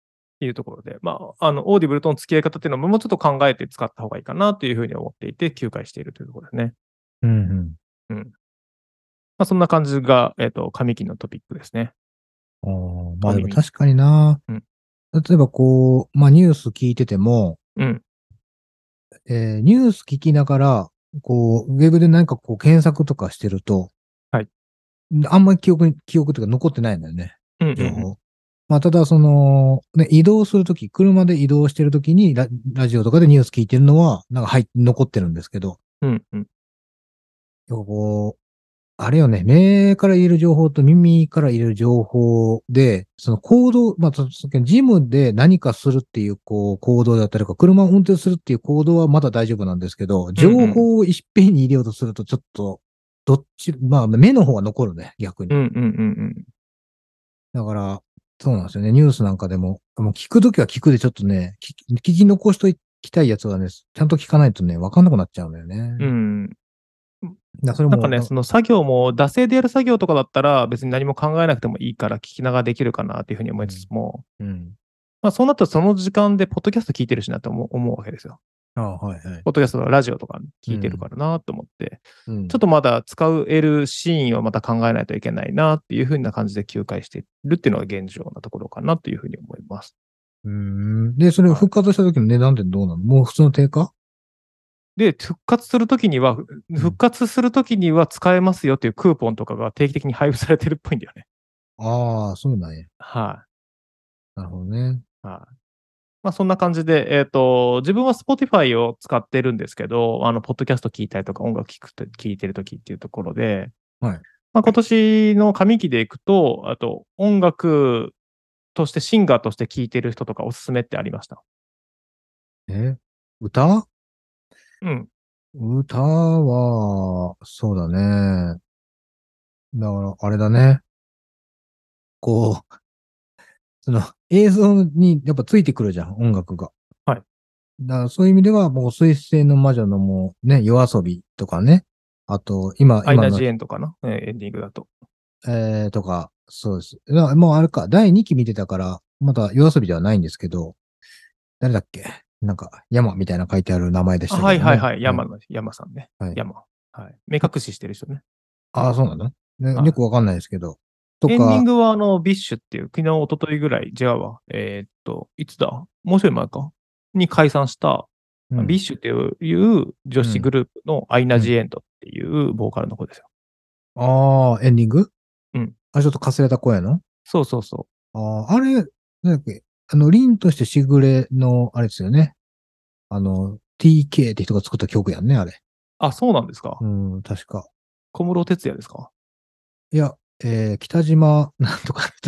いうところで、まあ、あの、オーディブルとの付き合い方っていうのももうちょっと考えて使った方がいいかなというふうに思っていて、休会しているというところですね。 うんうん。 うん。まあ、そんな感じが、えっ、と、紙金のトピックですね。 あーまあ小耳。 でも確かにな。 うん例えばこう、まあニュース聞いてても、 うん。 えーニュース聞きながら、こう、ウェブで何かこう検索とかしてると、 はい。 あんまり記憶に、記憶というか残ってないんだよね。 うんうんうん。 情報。まあ、ただ、その、ね、移動するとき、車で移動してるときにラ、ラジオとかでニュース聞いてるのは、なんか、はい、残ってるんですけど、 うんうん。 こう、あれよね、目から入れる情報と耳から入れる情報で、その行動、まあ、そそジムで何かするっていう、こう、行動だったりとか、車を運転するっていう行動はまだ大丈夫なんですけど、情報をいっぺんに入れようとすると、ちょっと、どっち、まあ、目の方が残るね、逆に。 うんうんうんうん。 だから、そうなんですよね。ニュースなんかでも、もう聞くときは聞くでちょっとね、聞き聞き残しときたいやつはね、ちゃんと聞かないとね、わかんなくなっちゃうんだよね。 うん。 だそれも、 なんかね、その作業も、惰性でやる作業とかだったら、別に何も考えなくてもいいから聞きながらできるかなっていうふうに思いつつも、 うん。 まあ、そうなったらその時間でポッドキャスト聞いてるしなって思う思うわけですよ。 ああ、はいはい。 ポッドキャストのラジオとか聞いてるからなと思って、 うん。 ちょっとまだ使えるシーンをまた考えないといけないなっていうふうな感じで休会しているっていうのが現状なところかなというふうに思います。 うーん。で、それはい復活した時の値段ってどうなの？もう普通の定価？ で、復活するときには、 ん復活するときには使えますよっていうクーポンとかが定期的に配布されてるっぽいんだよね。 ああ、そうなんや。 はなるほどね。 い。はい。まあ、そんな感じで、えっ、と、自分は Spotify を使ってるんですけど、あの、ポッドキャスト聞いたりとか音楽聞くと聞いてるときっていうところで、 はい。 まあ、今年の上期でいくと、あと、音楽として、シンガーとして聴いてる人とかおすすめってありました？ え歌うん。 歌は、そうだね。だから、あれだね。こう、その映像にやっぱついてくるじゃん、音楽が。 はい。 だからそういう意味では、もう、水星の魔女のもうね、夜遊びとかね。あと、今、 アイナ・今の、 ジ・エンドかな、えーエンディングだと。 えー、とか、そうです。だからもうあれか、だいにき見てたから、まだ夜遊びではないんですけど、誰だっけなんか、山みたいな書いてある名前でしあたけども。 はいはいはい。 はい。 山の、山さんね。 はい。 山。はい。目隠ししてる人ね。 ああ、そうなのね、よはくわかんないですけど。 い。エンディンとか、 グは、あの、ビッシュっていう、昨日、一昨日ぐらい、違うわ。えーっと、いつだもうちょい前かに解散した、 うん、 ビッシュっていういう女うん、 子グループのアイナ・うん。 ジ・エンドっていうボーカルの子ですよ。 ああ、エンディングうん。 あ、ちょっとかすれた声のそうそうそああ、あれ、なんだっけ、あの、凛としてしぐれの、あれですよね。あの、ティーケー って人が作った曲やんね、あれ。 う。あ、そうなんですか。 うん、確か。 小室哲哉ですか。 いや、えー、北島なんとか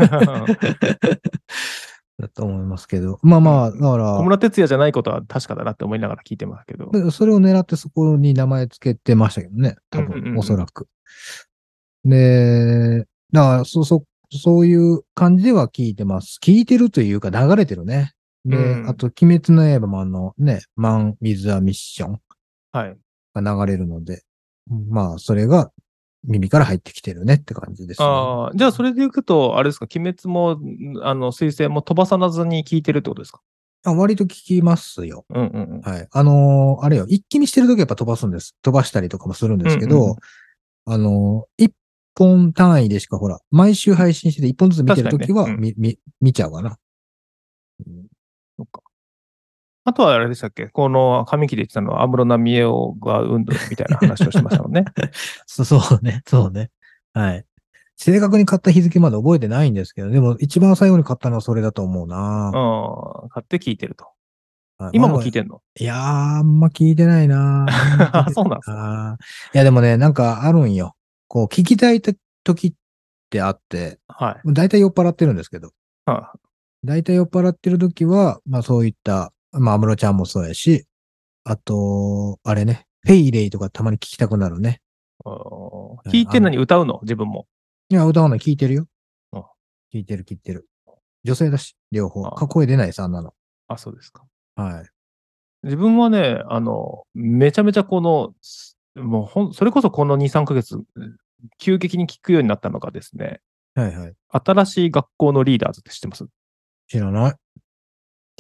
だと思いますけど。まあうんまあ、だか小室哲哉じゃないことは確かだなって思いながら聞いてますけど。 ら、それを狙ってそこに名前つけてましたけどね。多分、 うんうんうんうん。 おそらく。で、だから、そう、そう、そういう感じでは聞いてます。聞いてるというか流れてるね。 うで、あん。 と、鬼滅の刃もあのね、マン・ウィズ・ア・ミッションはい。 が流れるので、まあ、それが耳から入ってきてるねって感じですね。 ああ、じゃあそれでいくと、あれですか、鬼滅も、んあの、彗星も飛ばさずに聞いてるってことですか？ あ、割と聞きますよ。 うんうんうん。 はい。あのーあれよ、一気見してるときはやっぱ飛ばすんです。飛ばしたりとかもするんでうんうんうん。 すけど、あのー一本単位でしかほら、毎週配信してて一本ずつ見てるとき確かにね。うん。 は見、見、見ちゃうかな。うんそっか。あとはあれでしたっけ、この紙切りで言ってたのは、安室奈美恵が運動みたいな話をしてましたもんね。 そうそうね、そうね。はい。正確に買った日付まで覚えてないんですけど、でも一番最後に買ったのはそれだと思うな。 うん。買って聞いてると。 はい、まあ今でも、いも聞いてんの？ やー、あんま聞いてないな。あんま聞いてそうなんですか。 あーいやでもね、なんかあるんよ。こう、聞きたいと時ってあって、 はい。 だいたい酔っ払ってるんですけど、 はだいたい酔っ払ってる時は、まあそういった、まあ安室ちゃんもそうやし、あと、あれね、フェイレイとかたまに聞きたくなるね。 あはい、 聞いてあの、 何歌うの自分も。 いや、歌わない聞いてるよ。 うん聞いてる聞いてる。女性だし、両方。かっあこいい出ないです、あんなの。 あ、そうですか。 はい。 自分はね、あの、めちゃめちゃこの、すもうほん、それこそこのに、さんかげつ、急激に聞くようになったのがですね、 はいはい。 新しい学校のリーダーズって知ってます？ 知らない。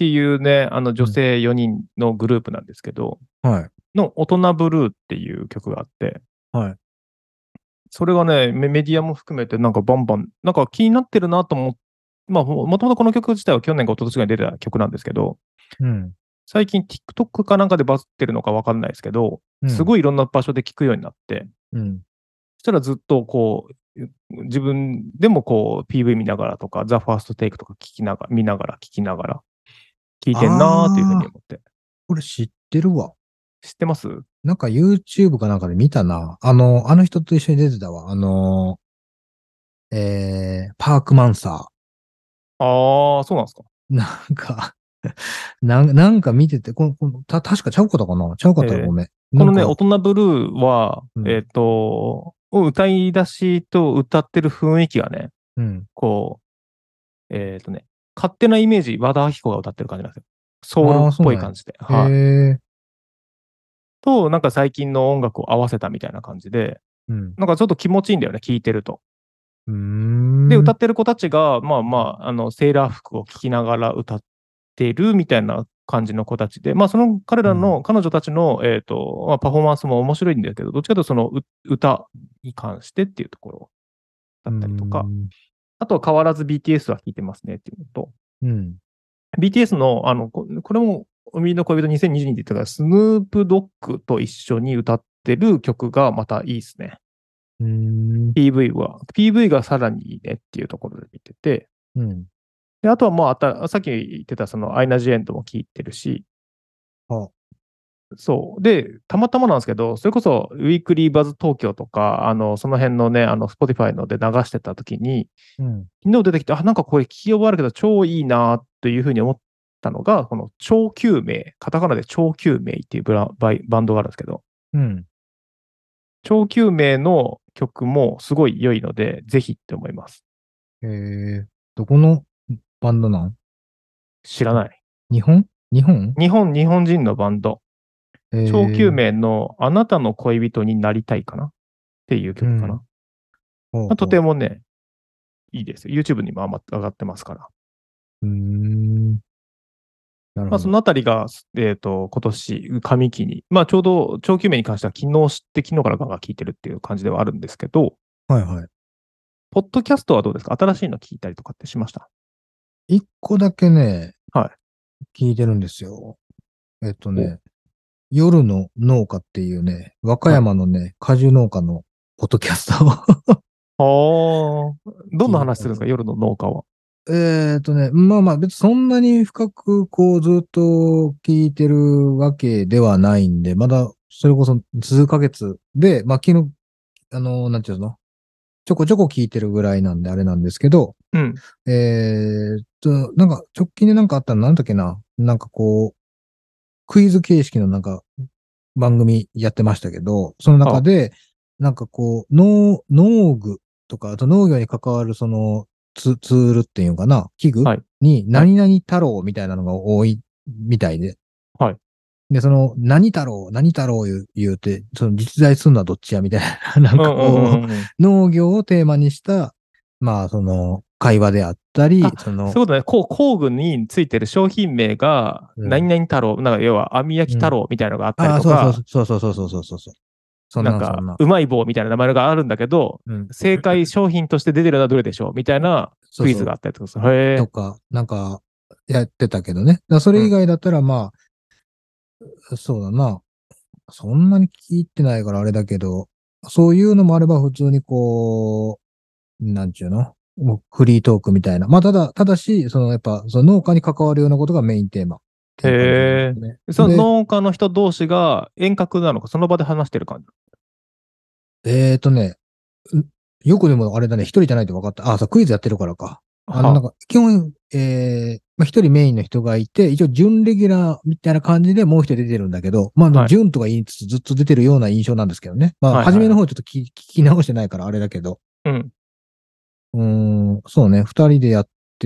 っていうね、あの女性よにんのグループなんですけど、 はい。 の大人ブルーっていう曲があって、 はい。 それがね、メメディアも含めてなんかバンバン、なんか気になってるなと思って、まあ、ももともとこの曲自体は去年か一昨年ぐらいに出た曲なんですけど、 うん。 最近 TikTok かなんかでバズってるのかわかんないですけど、 うん。 すごいいろんな場所で聞くようになって、 うん。 そしたらずっとこう、自分でもこう ピーブイ 見ながらとか、ザ・ファーストテイクとか聞きながら、見ながら聞きながら、聞いてんなーっていうふうにああ、 思って。 これ知ってるわ。 知ってます？ なんか YouTube かなんかで見たな。あの、あの人と一緒に出てたわ。あの、えー、パークマンサああ、そうなんですか。 ー。なんかなん、なんか見てて、この、このた、確かちゃうかったかなちゃうかったらえーごめん。 このね、大なんか、 人ブルーは、 うん、 えっと、歌い出しと歌ってる雰囲気がね、 うん。 こう、えっとね、勝手なイメージ、和田アキ子が歌ってる感じなんですよ。ソウルっああ、そうなんや。 ぽい感じで。 へはい。 え、 と、なんか最近の音楽を合わせたみたいな感じで、 うん。 なんかちょっと気持ちいいんだよね、聴いてると。 うーで、歌ん。 ってる子たちが、まあまあ、あの、セーラー服を着きながら歌ってるみたいな感じの子たちで、まあ、その彼うん。 らの、彼女たちの、えっと、まあ、パフォーマンスも面白いんだけど、どっちかというとそのう歌に関してっていうところだうーったりとか、 ん。 あとは変わらず ビーティーエス は聴いてますねっていうのと、 うん。 ビーティーエス の、あの、ここれも、海の恋人にせんにじゅうにって言ったから、スヌープドッグと一緒に歌ってる曲がまたいいですね。 うーん。 ピーブイ は。ピーブイ がさらにいいねっていうところで見てて、 うん。 であとはもうあた、さっき言ってたそのアイナ・ジ・エンドも聞いてるし、 あ、 そう。で、たまたまなんですけど、それこそウィークリーバズ東京とか、あの、その辺のね、あの、Spotify ので流してた時に、 うん。 昨日出てきて、あ、なんかこれ聞き覚えあるけど超いいなというふうに思ったのが、この超救命、カタカナで超救命っていうブラバイバンドがあるんですけど、 うん。 超救命の曲もすごい良いので、ぜひって思います。 えー、どこのバンドなん？ 知らない。 日本日本？ 日本、日本人のバンド。 え超救ー、 命のあなたの恋人になりたいかなっていう曲かな。 うん。ほうまあ、とてほもね、いいですよ。YouTube にも上がってますから。 う。うーん。なるまあ、 ほど。 そのあたりが、えっと、今年上期に、まあ、ちょうど長期名に関しては昨日知って昨日からガンガン聞いてるっていう感じではあるんですけど、 はいはい。 ポッドキャストはどうですか？新しいの聞いたりとかってしました？ 一個だけね、 はい。 聞いてるんですよ。えっとお、 ね、夜の農家っていうね、和歌はい。 山のね、果樹農家のポッドキャストをああ、どんな聞いたり。 話するんですか？夜の農家は。 えっとね、まあまあ別にそんなに深くこうずっと聞いてるわけではないんで、まだそれこそ数ヶ月で、まあ昨日、あの、なんていうの、ちょこちょこ聞いてるぐらいなんであれなんですけど、 うん。 えーっと、なんか直近でなんかあったのなんだっけな、なんかこう、クイズ形式のなんか番組やってましたけど、その中あ、 で、なんかこう、農、農具とか、あと農業に関わるそのツ、ツールっていうのかな、器具はい。 にはい。 何々太郎みたいなのが多いみたいで。 はい。 で、その、何太郎、何太郎言う、言うて、その実在するのはどっちやみたいな、なんかうんうんうこんうん。 う、農業をテーマにした、まあ、その、会話であったり、 あ、 その、 そういうことね。こう工具についてる商品名が、 うん、 何々太郎、なんか要は網焼きうん。 太郎みたいなのがあったりああ、そうそうとか、 そうそうそうそうそうそうそう。そんなんそんなんか、 な。 うまい棒みたいな名前があるんだけど、 うん。 正解商品として出てるのはどれでしょうみたいなクイズそうそう。 があったりとかする。へえ。 とか、なんか、やってたけどね。だからそれ以うん。 外だったら、まあ、そうだな。そんなに聞いてないからあれだけど、そういうのもあれば普通にこう、なんちゅうのもうフリートークみたいな。まあ、ただ、ただし、そのやっぱ、その農家に関わるようなことがメインテーマっていう感じなんでへすね。 え。そので、 農家の人同士が遠隔なのか、その場で話してる感じ。 えーとね、んよくでもあれだね、一人じゃないと分かった。あ、そう、クイズやってるからか。あの、なんはか、基本、えー、まあ、一人メインの人がいて、一応準レギュラーみたいな感じでもう一人出てるんだけど、まあ、 あ。はい。 準とか言いつつずっと出てるような印象なんですけどね。まあ、 はいはいはい。 初めの方ちょっと聞聞き直してないからあれだけど。 うん。 うーん、そうね、二人でやって、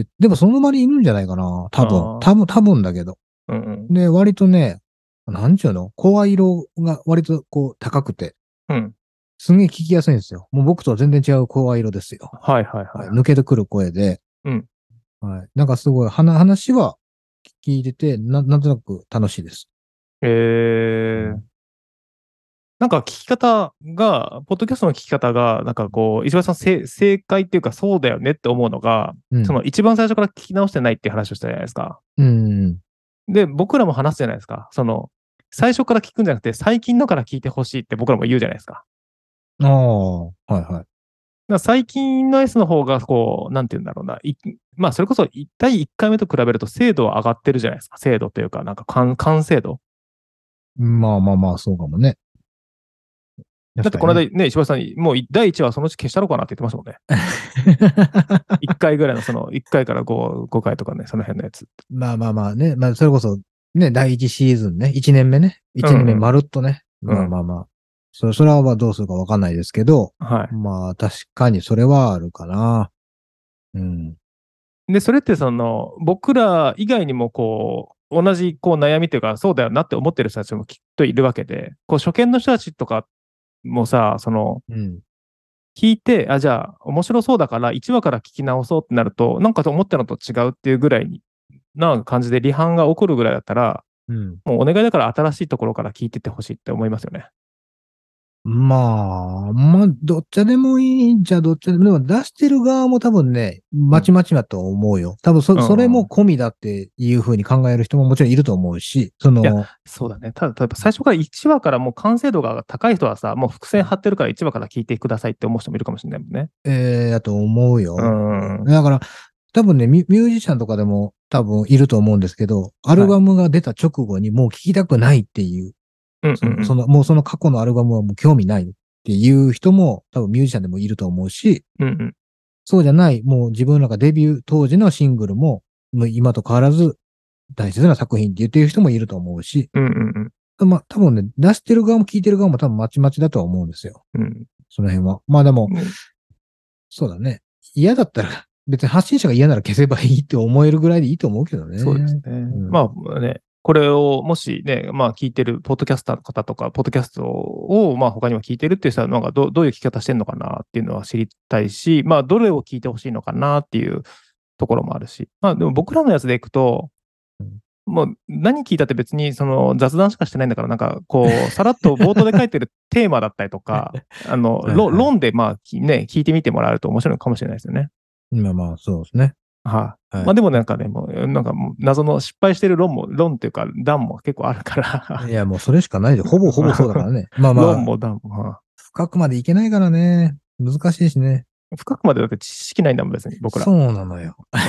でもその場にいるんじゃないかな。多分、 ああ。 多分、多分だけど。 うんうん。 で、割とね、なんちゅうの声色が割とこう高くて、 うん。 すんげえ聞きやすいんですよ。もう僕とは全然違う声色ですよ。 はいはいはいはい、 はい。 抜けてくる声で、 うん。 はい。なんかすごい、話話は聞いてて、ななんとなく楽しいです。 えー、 うんなんか聞き方が、ポッドキャストの聞き方が、なんかこう、石橋さん正正解っていうかそうだよねって思うのが、 うん。 その一番最初から聞き直してないっていう話をしたじゃないですか。 うん。 で、僕らも話すじゃないですか。その、最初から聞くんじゃなくて、最近のから聞いてほしいって僕らも言うじゃないですか。 ああ、はいはい。 だから最近の S の方が、こう、なんて言うんだろうな。いまあ、それこそだいいっかいめと比べると精度は上がってるじゃないですか。精度というか、なんか完完成度。 まあまあまあ、そうかもね。 だって確かにね。 この間ね、石橋さんに、もうだいいちわそのうち消したろうかなって言ってましたもんね。いっかいぐらいの、その、いっかいからご、ごかいとかね、その辺のやつ。 まあまあまあね。まあ、それこそ、ね、第一シーズンね。いちねんめね。 ういちねんめまんうん。 るっとね。 うん。 まあまあまあ。そそれはまあどうするかわかんないですけど、 はまあ確かにそれはあるかな。うん。 い。で、それってその、僕ら以外にもこう、同じこう悩みというか、そうだよなって思ってる人たちもきっといるわけで、こう、初見の人たちとかもさ、その、 うん。 聞いて、あ、じゃあ、面白そうだからいちわから聞き直そうってなると、なんかと思ったのと違うっていうぐらいにな感じで離反が起こるぐらいだったら、 うん。 もうお願いだから新しいところから聞いてってほしいって思いますよね。 まあ、まあ、どっちでもいいんじゃどっちでも、でも出してる側も多分ね、 うん。 まちまちだと思うよ。多分そ、それうんうん。 も込みだっていうふうに考える人ももちろんいると思うし、そいや、 の、 そうだね。ただ、例えば最初からいちわからもう完成度が高い人はさ、もう伏線張ってるからいちわから聞いてくださいって思う人もいるかもしれないもんね。 えー、だと思ううよ。うんん。 だから、多分ねミュ、ミュージシャンとかでも多分いると思うんですけど、アルはい。 バムが出た直後にもう聴きたくないっていう、その、そうんうんの、もうその過去のアルバムはもう興味ないっていう人も多分ミュージシャンでもいると思うし、 うん。うんうん。 そうじゃない、もう自分らがデビュー当時のシングルも、もう今と変わらず大切な作品って言ってる人もいると思うし、 うんうんまあ多分ね、出してる側も聞いてる側も多分まちまちだとは思うんですよ。 うん。 その辺は。まあでも、 うん。 そうだね。嫌だったら、別に発信者が嫌なら消せばいいって思えるぐらいでいいと思うけどそうですね。 ね。 うん。 まあね、これをもしね、まあ聞いてるポッドキャスターの方とか、ポッドキャストをまあ他にも聞いてるっていう人は、なんかどどういう聞き方してるのかなっていうのは知りたいし、まあどれを聞いてほしいのかなっていうところもあるし、まあでも僕らのやつでいくと、 うんもう何聞いたって別にその雑談しかしてないんだから、なんかこう、さらっと冒頭で書いてるテーマだったりとか、あの、論はいはい。 論でまあきね、聞いてみてもらえると面白いのかもしれないですよね。 まあまあ、そうですね。 はい。 はい。 まあでもなんかね、もうなんかもう謎の失敗してる論も、論っていうか段も結構あるからいや、もうそれしかないで、ほぼほぼそうだからね。まあまあ、 論も段も、は深くまでいけないからね。難しいしね。 い深くまでだって知識ないんだもん、別に僕ら。 そうなのよ。 うん。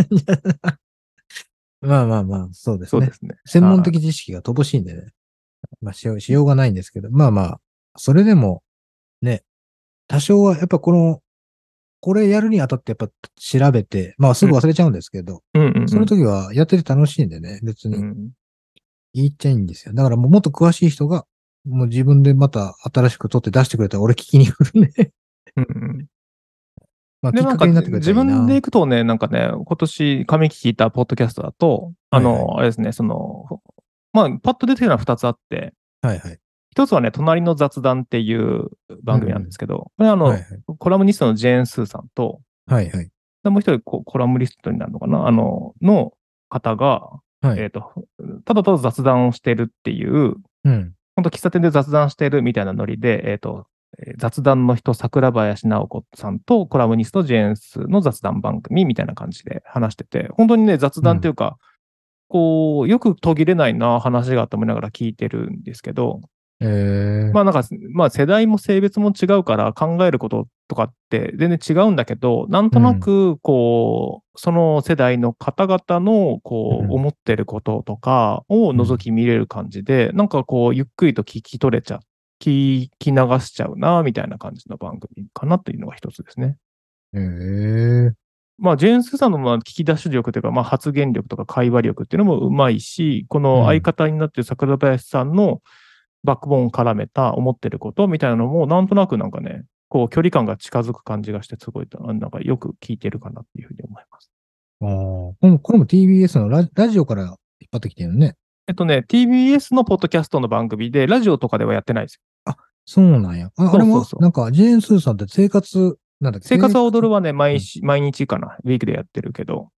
まあまあまあ、そうですね。 そうですね。 専門はい。 的知識が乏しいんでね。まあしよう、しようがないんですけど。まあまあ、それでも、ね、多少はやっぱこの、これやるにあたってやっぱ調べて、まあすうん。 ぐ忘れちゃうんですけど、 うんうんその時はやってて楽しいんでね、別うん。 にうん。 言っちゃいいんですよ。だからもうもっと詳しい人が、もう自分でまた新しく撮って出してくれたら俺聞きに来るね。 うんうん。 まあで、 きっなんかかけになってくれた自分でらいいな。 行くとね、なんかね、今年上期聞いたポッドキャストだと、あはいはい。 の、あれですね、その、まあ、パッと出てきたのはふたつあって、 はいはい。 一つはね、隣の雑談っていう番組なんでうんうん。 すけど、これはあの、 はいはい。 コラムニストのジェーン・スーさんと、 はいはい。 でもう一人ココラムリストになるのかなあの、の方が、 はい。 えっと、ただただ雑談をしてるっていう、 うん。 本当喫茶店で雑談してるみたいなノリで、えっと、えー雑談の人、桜林直子さんとコラムニスト、ジェーンスの雑談番組みたいな感じで話してて、本当にね、雑うん。 談っていうか、こう、よく途切れないな話がと思いながら聞いてるんですけど、 えー。 まあなんか、まあ世代も性別も違うから考えることとかって全然違うんだけど、なんとなうん。 くこう、その世代の方々のこううん。 思ってることとかをうん。 覗き見れる感じで、なんかこうゆっくりと聞き取れちゃう、聞き流しちゃうな、みたいな感じの番組かなというのが一つですね。 えー。 まあ、ジェーン・スーさんのまあ聞き出し力というか、まあ、発言力とか会話力っていうのもうまいし、この相うん。 方になっている桜林さんのバックボーンを絡めた思ってることみたいなのも、なんとなくなんかね、こう距離感が近づく感じがして、すごい、なんかよく聞いてるかなっていうふうに思います。 ああ。これもこれも ティービーエス のラジ、ラジオから引っ張ってきてるね。 えっとね、ティービーエス のポッドキャストの番組で、ラジオとかではやってないですよ。 あ、そうなんや。あ、あれそうそうそう。 もなんか、ジェーン・スーさんって生活、なんだっけ、 生活生活、 は踊るはね、毎うん。 日、毎日かな、ウィークでやってるけど、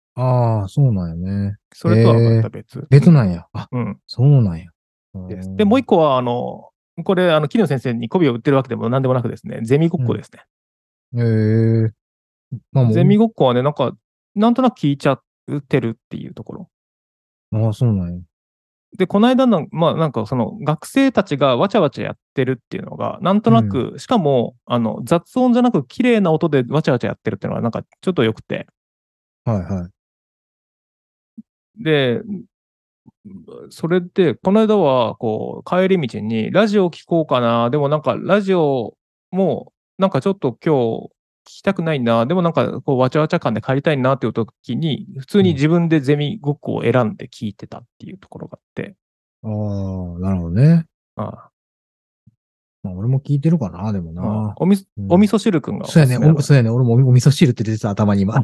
ああ、そうなんやね。 それとはまええ、 た別。 別なんや。あ、 うん。うんそうなんや。うーです。で、もう一ん。 個は、あの、これ、あの、桐野先生に媚びを売ってるわけでも何でもなくですね、ゼミごっうん。 こですね。 ええ、まあもゼミごっこはね、なんか、なんとなく聞いちゃってるっていうところ。 う、ああ、そうなんや。 で、この間の、まあ、なんかその学生たちがわちゃわちゃやってるっていうのが、なんとうん。 なく、しかも、あの、雑音じゃなく綺麗な音でわちゃわちゃやってるっていうのが、なんかちょっと良くて。 はいはい。 で、それで、この間は、こう、帰り道に、ラジオ聞こうかな、でもなんか、ラジオも、なんかちょっと今日、聞きたくないな、でもなんか、こう、わちゃわちゃ感で帰りたいなっていう時に、普通うん。 に自分でゼミごっこを選んで聞いてたっていうところがあって、 ああ、なるほどね。 あまあ俺も聞いてるかな、でもあ、ああな。 おみ、お味うん。 噌汁くんがそうやね、お、 おすすめだから。 そうやね、俺もお、お味噌汁って出てた、頭に今。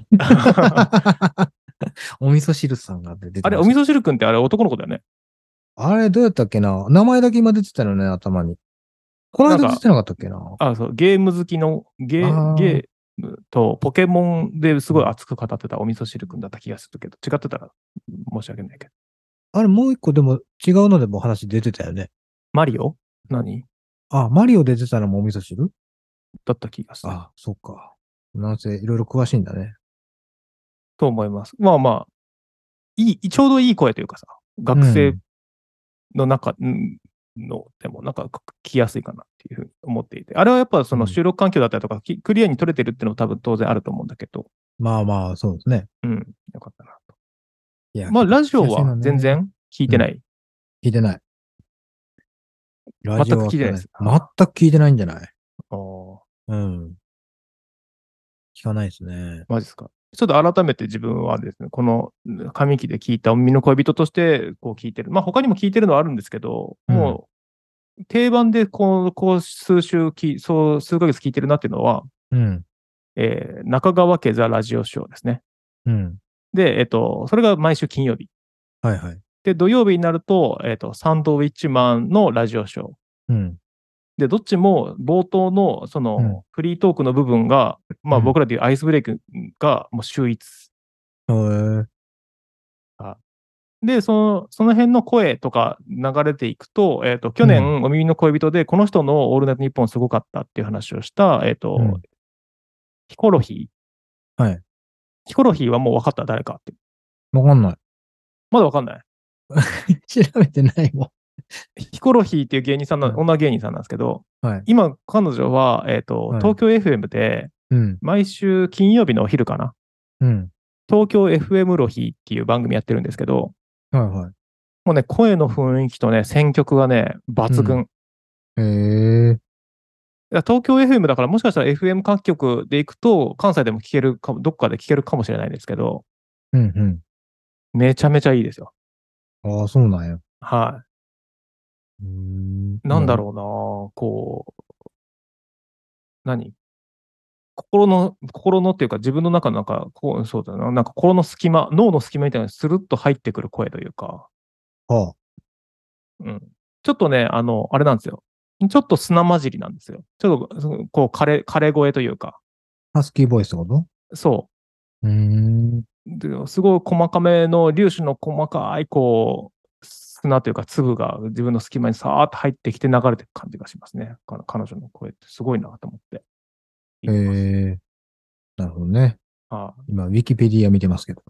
お味噌汁さんが出てあれ、 ました。 お味噌汁くんってあれ男の子だよね。 あれ、どうやったっけな、名前だけ今出てたよね、頭に。このなんか、 間出てなかったっけな。 あ、そう、ゲーム好きの、ゲー、 ああ、 ゲームとポケモンですごいうん。 熱く語ってたお味噌汁くんだった気がするけど、違ってたら申し訳ないけど。 あれ、もう一個でも違うのでも話出てたよね。 マリオ何あ、マリオ出てたのもお味噌汁。 だった気がする。 あ、そっか。なんせ、いろいろ詳しいんだね。 と思います。まあまあ、いい、ちょうどいい声というかさ、学生うん。 の中んのでもなんか聞きやすいかなっていうふうに思っていて、あれはやっぱそうん。 の収録環境だったりとか、きクリアに撮れてるっていうのも多分当然あると思うんだけど、 まあまあ、そうですね。 うん、よかったなと。 いや、 まあ、 けど聞ラジオはきやすいのね。 全然聞いうん。 てない。 聞いてない。ラ全ジオは聞かない。 く聞いてないです。 全はく聞いてないんじゃない？ あ、おうん。聞かないですね。 マジですか。ちょっと改めて自分はですね、この紙機で聞いた身の恋人としてこう聞いてる。まあ他にも聞いてるのはあるんですけど、 うん。 もう定番でこう、こう数週き、そう数ヶ月聞いてるなっていうのは、 うん。 えー中川家ザラジオショーですね。 うん。 で、えっと、それが毎週金曜日。 はいはい。 で、土曜日になると、えっと、サンドウィッチマンのラジオショー。 うん。 で、どっちも冒頭のそうん。 のフリートークの部分が、まあうん。 僕らでいうアイスブレイクがもう秀逸。 へえ。 あで、その、その辺の声とか流れていくと、えっと、去うん。 年、お耳の恋人で、この人のオールナイトニッポンすごかったっていう話をした、えっと、 うん。 ヒコロヒー。 はい。 ヒコロヒーはもう分かった誰かって。 わかんない。 まだ分かんない。 調べてないもヒコロヒーっていう芸人さんん。 な、 はい。 女芸人さんなんですけど、 はい。 今、彼女は、えっと、 はい。 東京 エフエム で、 うん。 毎週金曜日のお昼かな、 うん。 東京 エフエム ロヒーっていう番組やってるんですけど、 はいはい。 もうね、声の雰囲気とね、選曲がね、抜群。 うん。へえ。 いや東京 エフエム だからもしかしたら エフエム 各局で行くと関西でも聞けるかも、どっかで聞けるかもしれないですけど、 うんうん。 めちゃめちゃいいですよ。 ああ、そうなんや。 はうーん。 い。なんもう、 だろうな、こう、何心の、心のっていうか自分の中のなんか、こう、そうだな、なんか心の隙間、脳の隙間みたいなのにスルッと入ってくる声というか、 はうん。ちょっとね、あの、あれなんですよ。ちょっと砂混じりなんですよ。ちょっと、そのこう、枯れ、枯れ声というか、 あ。ハスキーボイスってこと？ そうーん。 う。ですごい細かめの粒子の細かい、こう、砂というか粒が自分の隙間にさーっと入ってきて流れていく感じがしますね。か彼女の声ってすごいなと思って聞いへてます。 え。なるほどね。 はい。 今、ウィキペディア見てますけど。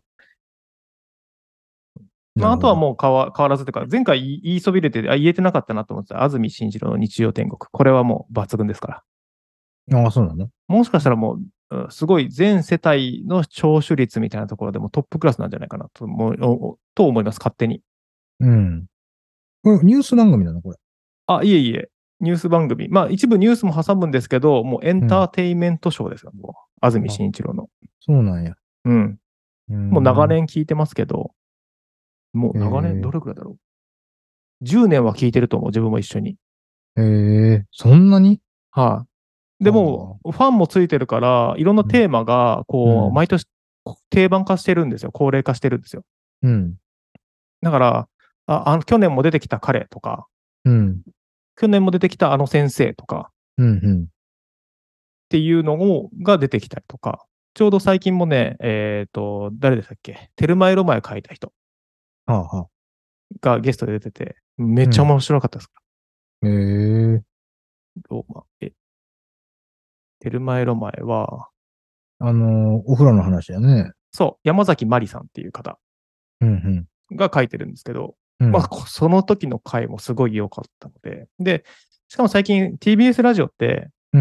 まあ、あとはなるほど。 もう変わ変わらずというか、前回言い言いそびれて、あ、言えてなかったなと思ってた安住紳一郎の日曜天国。これはもう抜群ですから。 ああ、そうなの？ もしかしたらもう、うんすごい全世帯の聴取率みたいなところでもトップクラスなんじゃないかなと思いおと思います、勝手に。 うん。これ、ニュース番組なのこれ？ あ、いえいえ、ニュース番組。まあ、一部ニュースも挟むんですけど、もうエンうん。 ターテインメントショーですよ、もう。安住あ、 紳一郎の。 そうなんや。 うん。 うーもう長ん。 年聞いてますけど、もうえ長年、どー、 れくらいだろう。じゅうねんは聞いてると思う、自分も一緒に。 えー、そんなに？ はい。でも、 はあ。 ファンもついてるから、いろんなうん。 テーマが、こう、 うん。 毎年定番化してるんですよ。高齢化してるんですよ。 うん。 だから、あ、あの、去年も出てきた彼とか、 うん。 去年も出てきたあの先生とかうん。 っていうのをが出てきたりとか。 ちょうど最近もね、えっ、と、誰でしたっけ、テルマエロマエ書いた人はあはあ。 がゲストで出てて、めっちゃ面白かったですかへえ。 ら。ローマ、え、テルマエロマエは、 あのーお風呂の話だね。 そう、山崎まりさんっていう方うんが書いてるんですけど、 うん。うん。 まあ、こその時の回もすごい良かったので、で、しかも最近 ティービーエス ラジオってうん。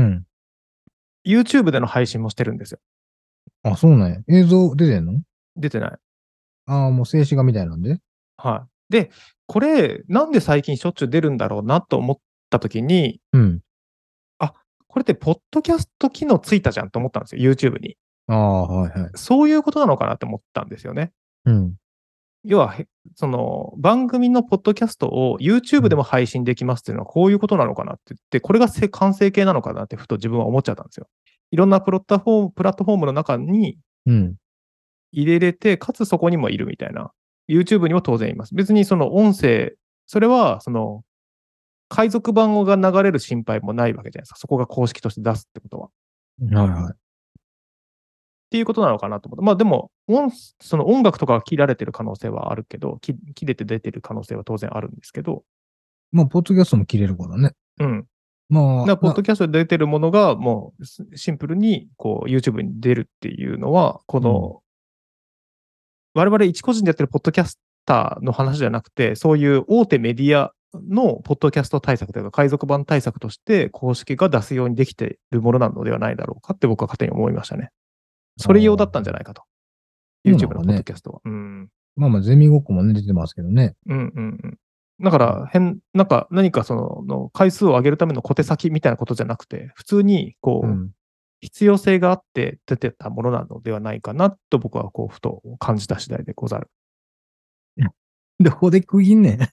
YouTube での配信もしてるんですよ。 あ、そうなんや。映像出てんの？ 出てない。 ああ、もう静止画みたいなんで。 はい。で、これ、なんで最近しょっちゅう出るんだろうなと思った時に、 うん。 あ、これってポッドキャスト機能ついたじゃんと思ったんですよ、YouTube に。 ああ、はいはい。 そういうことなのかなって思ったんですよね。 うん。 要は、へその番組のポッドキャストをう YouTube でん。 も配信できますっていうのはこういうことなのかなって言って、これがせ完成形なのかなってふと自分は思っちゃったんですよ。いろんなプロットフォーム、プラットフォームの中にうん。 入れれて、かつそこにもいるみたいな。YouTube にも当然います。別にその音声、それはその海賊版が流れる心配もないわけじゃないですか。そこが公式として出すってことは。っはいはい。 ていうことなのかなと思って。まあでも、音その音楽とかが切られてる可能性はあるけど、き切れて出てる可能性は当然あるんですけど、 まあ、ポッドキャストも切れるからね。 うん。 まあ、 だからポッな、 ドキャストで出てるものがもうシシンプルにこう YouTube に出るっていうのは、こうん。 の我々一個人でやってるポッドキャスターの話じゃなくて、そういう大手メディアのポッドキャスト対策というか、海賊版対策として公式が出すようにできているものなのではないだろうかって僕は勝手に思いましたね。 ああ、 それ用だったんじゃないかと。 そうな YouTube のポッドんかね。 キャストは。うん。 まあまあ、ゼミごっこもね、出てますけどね。 うんうんうん。だから、変、なんか、何かその、の回数を上げるための小手先みたいなことじゃなくて、普通に、こう、 うん。 必要性があって出てたものなのではないかなと僕はこう、ふと感じた次第でござる。 どこで区切んねん。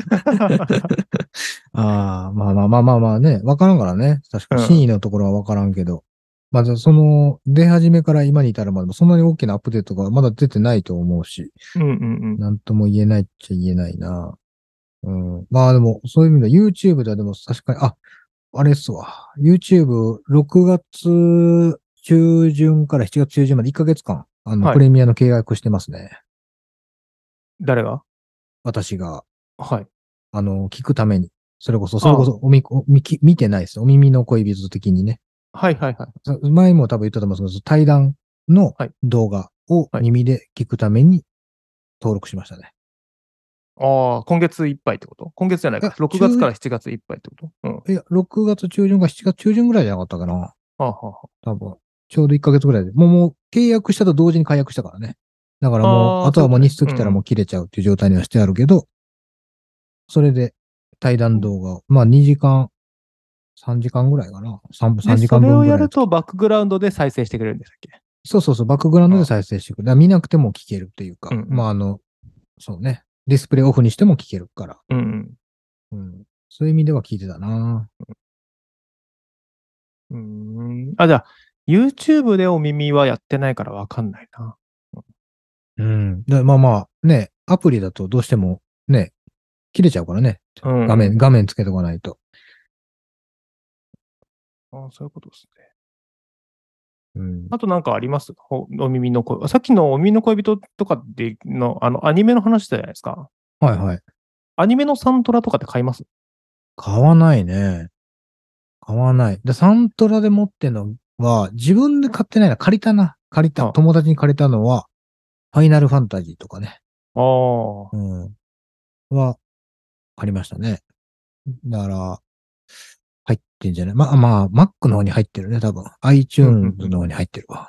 ああ、まあまあまあまあまあね。わからんからね。確か真意うん。 のところはわからんけど。まずその、出始めから今に至るまでもそんなに大きなアップデートがまだ出てないと思うし、 うんうんうん。 なんとも言えないっちゃ言えないな。うん。まあでも、そういう意味では YouTube ではでも確かに、あ、あれっすわ。YouTube、ろくがつ中旬からしちがつ中旬までいっかげつかん、あの、 はい。 プレミアの契約してますね。 誰が？ 私が、 はい。 あの、聞くために。それこそ、それこあそ、おみ、おみ、き見てないです。お耳の恋人的にね。 はいはいはい。 そ前も多分言ったと思うんですけど、対談のはい。 動画をはい。 耳で聞くために登録しましたね。 ああ、今月いっぱいってこと？今月じゃないか。 いや、 6月か中、 らしちがついっぱいってこと？うん。 いや、ろくがつ中旬かしちがつ中旬ぐらいじゃなかったかな。 はあ、はあは多分。ちょうどいっかげつぐらいで。もう、もう契約したと同時に解約したからね。だからもう、 あ。ああ、 あとはもう日そういうことね。 数来たらもううん。 切れちゃうっていう状態にはしてあるけど、それで対談動画を、まあにじかん、さんじかんぐらいかな。3、 で、 3時間分それをぐらいの時。 やるとバックグラウンドで再生してくれるんでしたっけ？ そうそうそう、バックグラウンドであ再生してくる。だから見なくても聞けるっていうか、 うんうん。 まああの、そうね。ディスプレイオフにしても聞けるから。 うんうん。 うん。そういう意味では聞いてたな。 うーん。あ、じゃあ、YouTube でお耳はやってないからわかんないな。 うん。で、まあまあ、ね、アプリだとどうしてもね、切れちゃうからね。 うん画面、 うん。 画面つけとかないと。 ああ、そういうことですね。 うん。 あとなんかありますほお耳の恋。さっきのお耳の恋人とかでの、あの、アニメの話じゃないですか。 はいはい。 アニメのサントラとかって買います？ 買わないね。買わない。で、サントラで持ってんのは、自分で買ってないな。借りたな。借りた。 あ友達に借りたのは、ファイナルファンタジーとかね。 あー。 うん。は、借りましたね。だから、入ってんじゃないまあまあ、Mac の方に入ってるね、多分。 うんうんう iTunes ん。 の方に入ってるわ。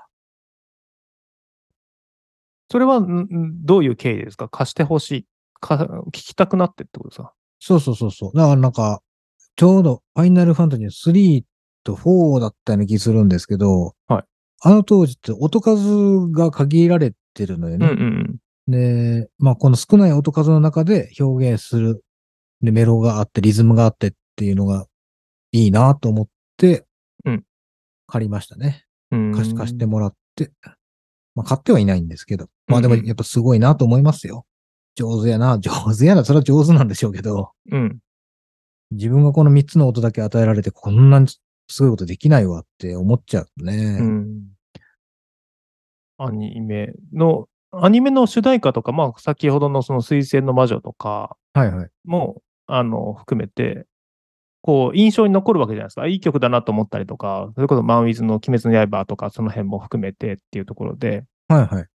それは、んんどういう経緯ですか？貸してほしい。か、聞きたくなってってことですか？ そうそうそうそう。だからなんか、ちょうどファイナルファンタジースリーとフォーだったような気するんですけど、 はい。 あの当時って音数が限られてるのようんうね。 んで、まあこの少ない音数の中で表現する、で、メロがあって、リズムがあってっていうのがいいなと思ってうん。 借りましたね。 うん。 貸し貸してうもらって。まあ買ってはいないんですけど。 ーん。 まあでもうんやっぱすごいなと思いますよ。上手やな。上手やな。それは上手なんでしょうけど。 うん。うん。 自分がこのみっつの音だけ与えられて、こんなにすごいことできないわって思っちゃうね。 うん。 アニメの、アニメの主題歌とか、まあ、先ほどのその水星の魔女とかはいはい。 も、あの、含めて、こう、印象に残るわけじゃないですか。いい曲だなと思ったりとか、それこそマンウィズの鬼滅の刃とか、その辺も含めてっていうところで、 はいはい。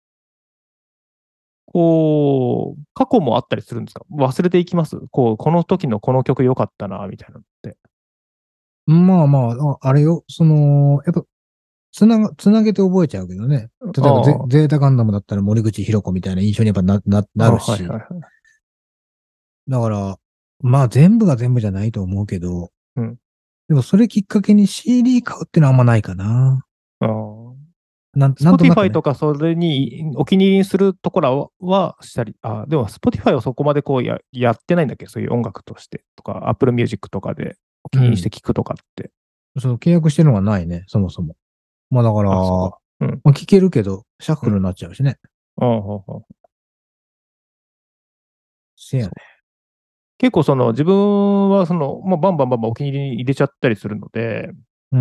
こう、過去もあったりするんですか？忘れていきます？こう、この時のこの曲良かったな、みたいなのって。 まあまあ、ああれよ、その、やっぱ、つなが、つなげて覚えちゃうけどね。例えばゼ、 あゼータガンダムだったら森口博子みたいな印象にやっぱな、な、 あ、 なるし。 あはいはいはい。 だから、まあ全部が全部じゃないと思うけど、 うん。 でもそれきっかけに シーディー 買うってのはあんまないかな。 ああ。 なん、なんとなく Spotify ね。 とかそれにお気に入りにするところはしたり、あ、でも Spotify はそこまでこうや、やってないんだっけ？そういう音楽としてとか、Apple Music とかでお気に入りしてうん。 聞くとかって。 その契約してるのがないね、そもそも。まあだから、 あ、そこは。うん。 まあ聞けるけど、シャッうん。 フルになっちゃうしね。 ああ、ほうほう。 せやね。 そう。結構その自分はその、まあ、バンバンバンバンお気に入りに入れちゃったりするので、 うん。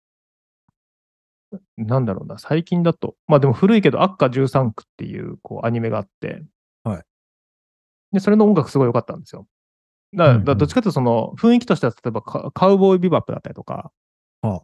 なんだろうな、最近だと、まあでも古いけど、アッカじゅうさん区っていうこうアニメがあって、 はい。 で、それの音楽すごい良かったんですよ。だうん、 から、 うん。 だどっちかというとその雰囲気としては、例えばカカウボーイビバップだったりとか、 あ、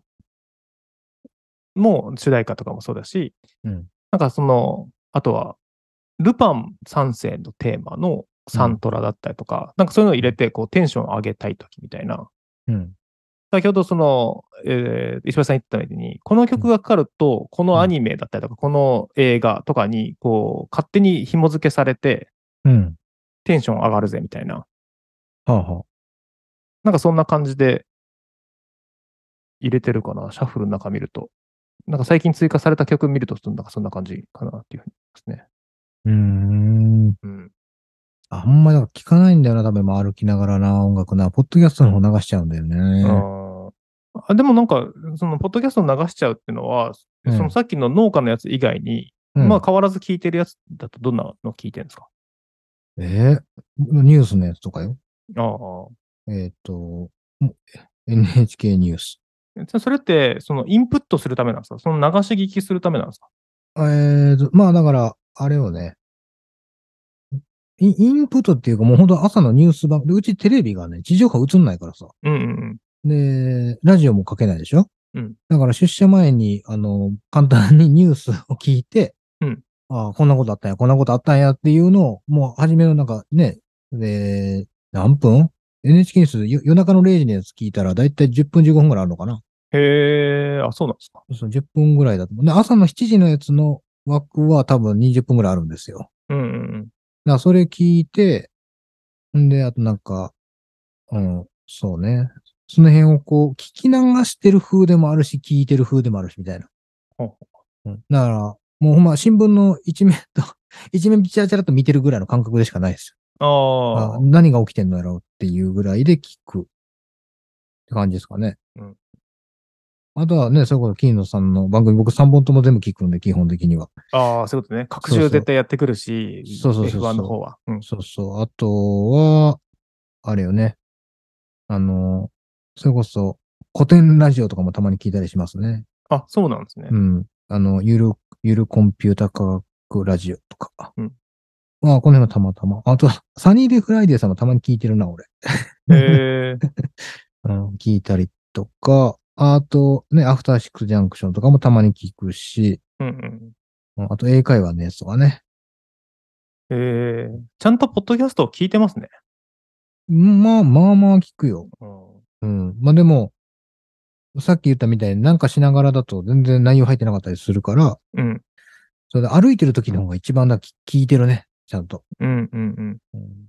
も主題歌とかもそうだし、 うん。 なんかその、あとは、ルパン三世のテーマのサンうん。 トラだったりとか、なんかそういうのを入うん。 れて、こう、テンション上げたいときみたいな。 うん。 先ほどその、えー石橋さん言ったように、この曲がかかると、このアニメだったりとか、この映画とかに、こう、勝手に紐付けされて、 うん。 テンション上がるぜみたいな。 はあ、はあ。 なんかそんな感じで入れてるかな、シャッフルの中見ると。なんか最近追加された曲見ると、なんかそんな感じかなっていうふうに思いますね。 うーん。 うん。 あんまりだから聞かないんだよな、多分歩きながらな、音楽な。ポッドキャストの方流しちゃうんだよね。 ああ、でもなんか、その、ポッドキャストを流しちゃうっていうのは、 うん。 そのさっきの農家のやつ以外に、 うん。 まあ変わらず聞いてるやつだとどんなの聞いてるんですか？ えーニュースのやつとかよ。 ああ。 えっと、エヌエイチケー ニュース。 そそれって、そのインプットするためなんですか？その流し聞きするためなんですか？ えーと、まあだから、あれをね、イインプットっていうかもう本当朝のニュース番、でうちテレビがね、地上波映んないからさ。 うんうんで、ラジオもかけないでしょ。 うん。 だから出社前に、あの、簡単にニュースを聞いて、 うん。 ああ、こんなことあったんや、こんなことあったんやっていうのを、もう初めのなんかね、で、何分？ エヌエイチケー ニュースよ夜中のれいじのやつ聞いたら、だいたいじゅっぷんじゅうごふんぐらいあるのかな。 へえ、あ、そうなんですか。 そう、じゅっぷんぐらいだと思う。で、朝のしちじのやつの枠は多分にじゅっぷんぐらいあるんですよ。 うんうんだからそれ聞いて、んで、あとなんか、うん、そうね。その辺をこう、聞き流してる風でもあるし、聞いてる風でもあるし、みたいな。 うん。 うん。だから、もうほんま新聞の一面と一面チラチラと見てるぐらいの感覚でしかないですあよ。あ、 あ、 何が起きてんのやろうっていうぐらいで聞くって感じですかね。 うん。 あとはね、それこそ、キーノさんの番組、僕さんぼんとも全部聞くんで、基本的には。 ああ、そういうことね。各週そうそう。 絶対やってくるし、 そうそうそうエフワン のそう。 方は。うん。 そうそう。あとは、あれよね。あの、それこそ、古典ラジオとかもたまに聞いたりしますね。 あ、そうなんですね。 うん。あの、ゆる、ゆるコンピュータ科学ラジオとか。 うん。 まあ、この辺はたまたま。あと、サニーデイフライデーさんもたまに聞いてるな、俺。 へえ、 うん、聞いたりとか、あと、ね、アフターシックスジャンクションとかもたまに聞くし、 うんうん。 うんあと、英会話のやつとかね。 へえ、ちゃんとポッドキャストを聞いてますね。 まあ、まあまあ聞くよ。 うん。 うん。まあでも、さっき言ったみたいになんかしながらだと全然内容入ってなかったりするから、 うん。 それで歩いてる時の方が一番だ、聞聞いてるね。ちゃんと。 うんうんうん。 うん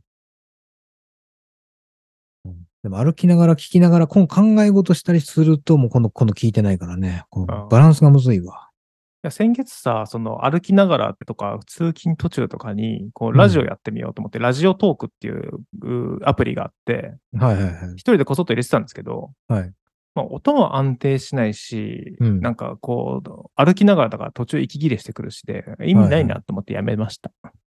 うん、でも歩きながら聞きながらこの考え事したりするともうこの、この聞いてないからね。このバランあスがむずいわ。 や先月さ、その歩きながらとか、通勤途中とかに、こう、ラジオうん。 やってみようと思って、ラジオトークっていううアプリがあって、 はいはいはい。 一人でこそっと入れてたんですけど、 はい。 まあ、音も安定しないし、 うん。 なんかこう、歩きながらだから途中息切れしてくるしで、意味ないはいはい。 なと思ってやめました。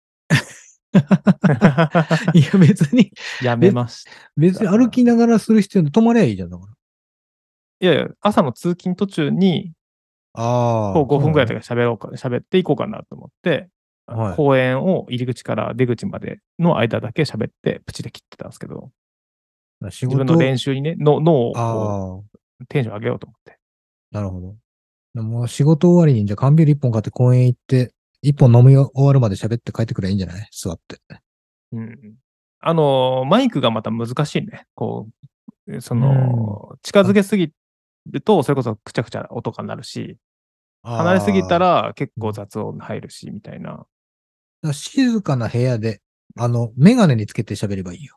いや別に、 やめ別まし別に歩た。 きながらする必要で止まりゃいいじゃん。だかいやいや、朝の通勤途中にああ。 こうごふんぐらいととか喋ろうか、喋っていこうかなと思って、 はい公園を入り口から出口までの間だけ喋って、プチで切ってたんですけど、 仕自分の事、 練習にね、の脳をこああ、 う、テンション上げようと思って。 なるほど。もう仕事終わりに、じゃあ缶ビール一本買って公園行って、一本飲み終わるまで喋って帰ってくればいいんじゃない座って。 うん。あの、マイクがまた難しいね。こう、その、近づけすぎると、それこそくちゃくちゃ音が鳴るし、離れすぎたあら結構雑音入るし、みたいな。 あ、静かな部屋で、あの、メガネにつけて喋ればいいよ。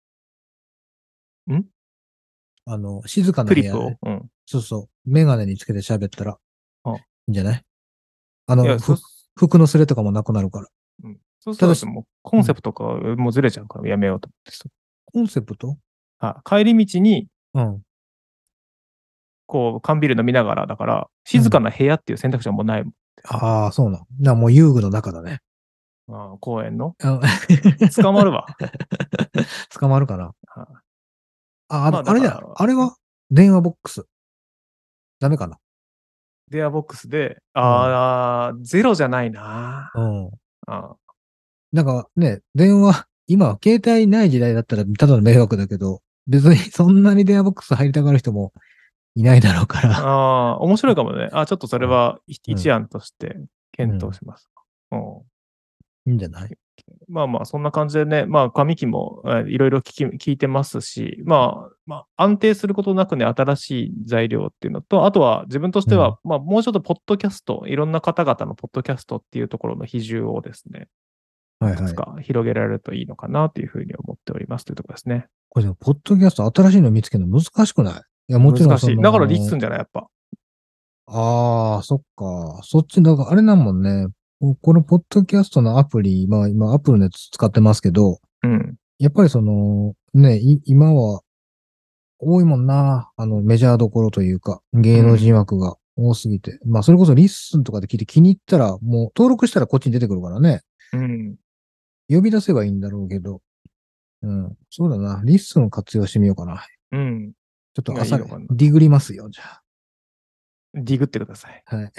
んあの、静かなクリッ部屋で。 プをうん。 そうそう。メガネにつけて喋ったらあいいんじゃないあいや、 の、 そふ服のすれとかもなくなるから。 うん、そうすただし、 るともうコンセプトがもうずれちゃうからやめようと思ってさ。 コンセプトあ、帰り道に、 うん。 こう、缶ビール飲みながら、だから、静かな部屋っていう選択肢はもうないもん。 ああ、そうなん。な、もう遊具の中だね。 あ公園の。 あ捕まるわ。 捕まるかな。 ああ、あまあと、あれじゃだから、 あれは電話ボックス。ダメかな。 電話ボックスで、ああ、ゼロじゃないな。 うん。 あなんかね、電話、今、携帯ない時代だったらただの迷惑だけど、別にそんなに電話ボックス入りたがる人もいないだろうかあら。 あ、面白いかもね。あちょっとそれはうん一案として検討します。うんいいんじゃないまあまあ、そんな感じでね、まあ、紙機もえーいろいろ聞き聞いてますし、まあ、まあ、安定することなくね、新しい材料っていうのと、あとは自分としては、まあ、もうちょっとポッドキャスト、いろんな方々のポッドキャストっていうところの比重をですね、 はいはい。 いくつか広げられるといいのかなというふうに思っておりますというところですね。 これでも、ポッドキャスト新しいの見つけるの難しくないいや、もちろんその、 難しい。だからリッスンじゃない、やっぱ。 ああ、そっか。そっち、だからあれなんもんね。このポッドキャストのアプリ、まあ今アップルのやつ使ってますけど、 うん。 やっぱりその、ね、い今は多いもんな。あの、メジャーどころというか、芸能人枠が多すぎて。まあそれこそリッスンとかで聞いて気に入ったら、もう登録したらこっちに出てくるからね。 うん。 呼び出せばいいんだろうけど。うん。そうだな。リッスンを活用してみようかな。 うん。 ちょっとがいい朝、 のかなディグりますよ、じゃディグってください。 あ。はい。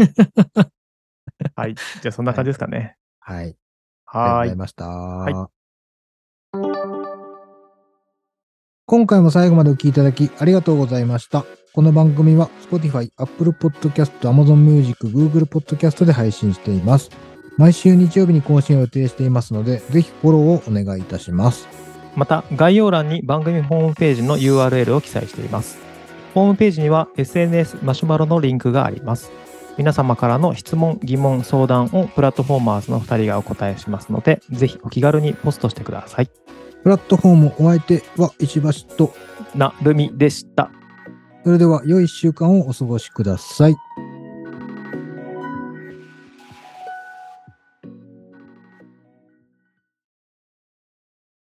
はい。じゃあ、そんな感じですかね。 はい。ありがとうはーい。 ございました。 はい今回も最後までお聞きいただきありがとうございました。この番組は Spotify、Apple Podcast、Amazon Music、Google Podcast で配信しています。毎週日曜日に更新を予定していますので、ぜひフォローをお願いいたします。 また、概要欄に番組ホームページの ユーアールエル を記載しています。ホームページには エスエヌエス マシュマロのリンクがあります。皆様からの質問、疑問、相談をプラットフォーマーズのふたりがお答えしますので、ぜひお気軽にポストしてください。 プラットフォームお相手は石橋となるみでした。 それでは良いいっしゅうかんをお過ごしください。